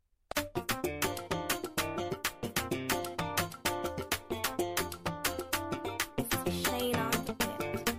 F: Shane on the bit.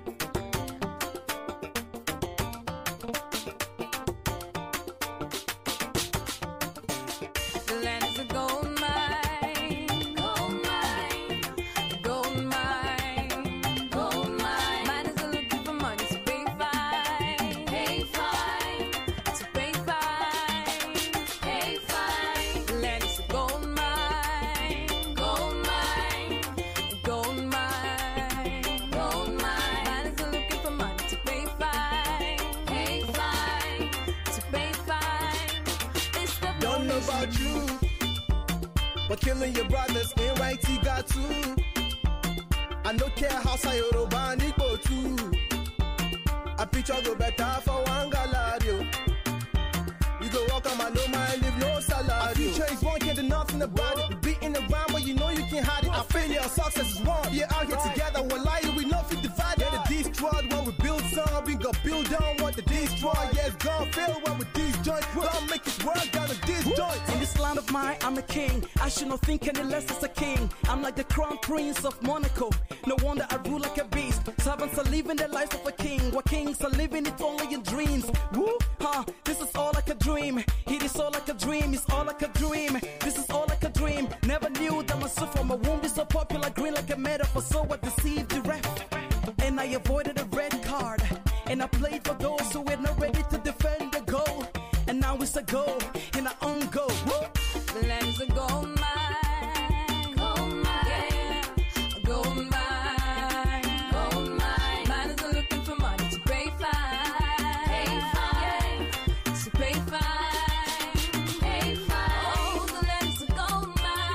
D: The land is a gold mine, gold mine, gold mine, gold mine. Miners are looking for money to pay fine, pay fine, to pay fine, pay fine. The land is a gold mine, gold mine, gold mine, gold mine. Miners are looking for money to pay fine, pay fine, to pay fine. They stop
G: Don't know about you, but killing your brothers ain't right, you got to. I no care how say Yoruba and Igbo too. I picture go better for one galario. You go walk on my no mind, leave no salary. Our future is one, can't do nothing about it. We beating around, but you know you can't hide it. Our failure, success is one. We out here together, one lie, we know fit divided. Yeah, the destroyed when we build some, we go build on what the destroy. Yeah, it's gonna fail when we disjoint. Gonna make it work down the disjoint.
H: In this land of mine, I'm a king. I should not think any less as a king. I'm like the crown prince of Monaco. No wonder I rule like a beast. Servants are living the lives of a king. What kings are living it only in dreams. Woo, huh? This is all like a dream. It is all like a dream. It's all like a dream. This is all like a dream. Never knew that my soul from my womb be so popular. Green like a metaphor. So I deceived the ref. And I avoided a red card. And I played for those who were not ready to defend the goal. And now it's a goal. And I own goal. Woo!
D: The land is a gold mine, gold mine, yeah, a gold mine, gold mine. Miners are looking for money to pay fine, pay fine, to pay fine, pay fine. Oh, the land is a gold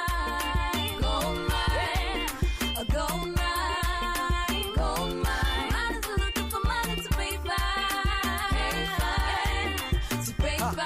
D: mine, gold mine, a gold mine, gold mine. Miners are looking for money to pay fine, pay fine, to pay fine.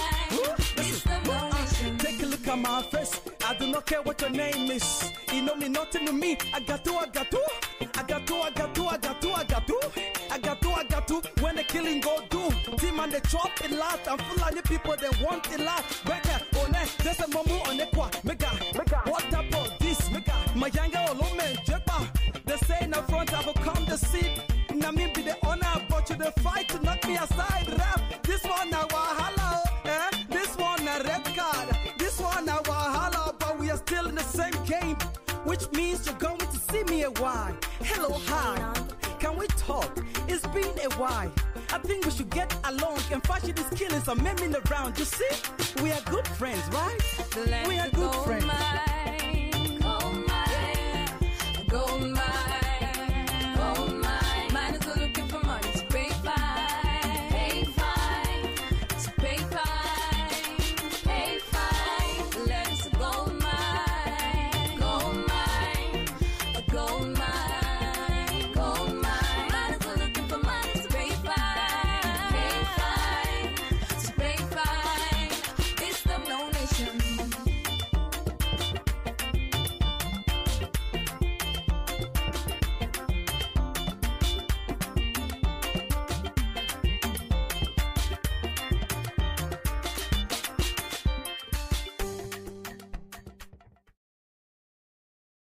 D: It's the motion.
H: Take a look at my face. I do not care what your name is. You know me nothing to me. I got to, I got to. I got to, I got to, I got to, I got to. I got to, I got to. When the killing go do. Team and they chop it lot. And full of the people they want it lot. Better, oh ne, there's a mamu on the qua. Mega, mega. What about this? Mega. My younger old man, Jepa. They say in the front I will come the seat. Now me be the honor, but you the fight to knock me aside. Rap. This one now wahala, eh? This one a red card. This one a wahala, but we are still in the same game. Which means you're going to see me a while. Hello, hi. Can we talk? It's been a while. I think we should get along and fashion these killings and memeing around. You see, we are good friends, right?
D: The land
H: We are
D: is a
H: good
D: gold
H: friends.
D: mine, gold mine, gold mine.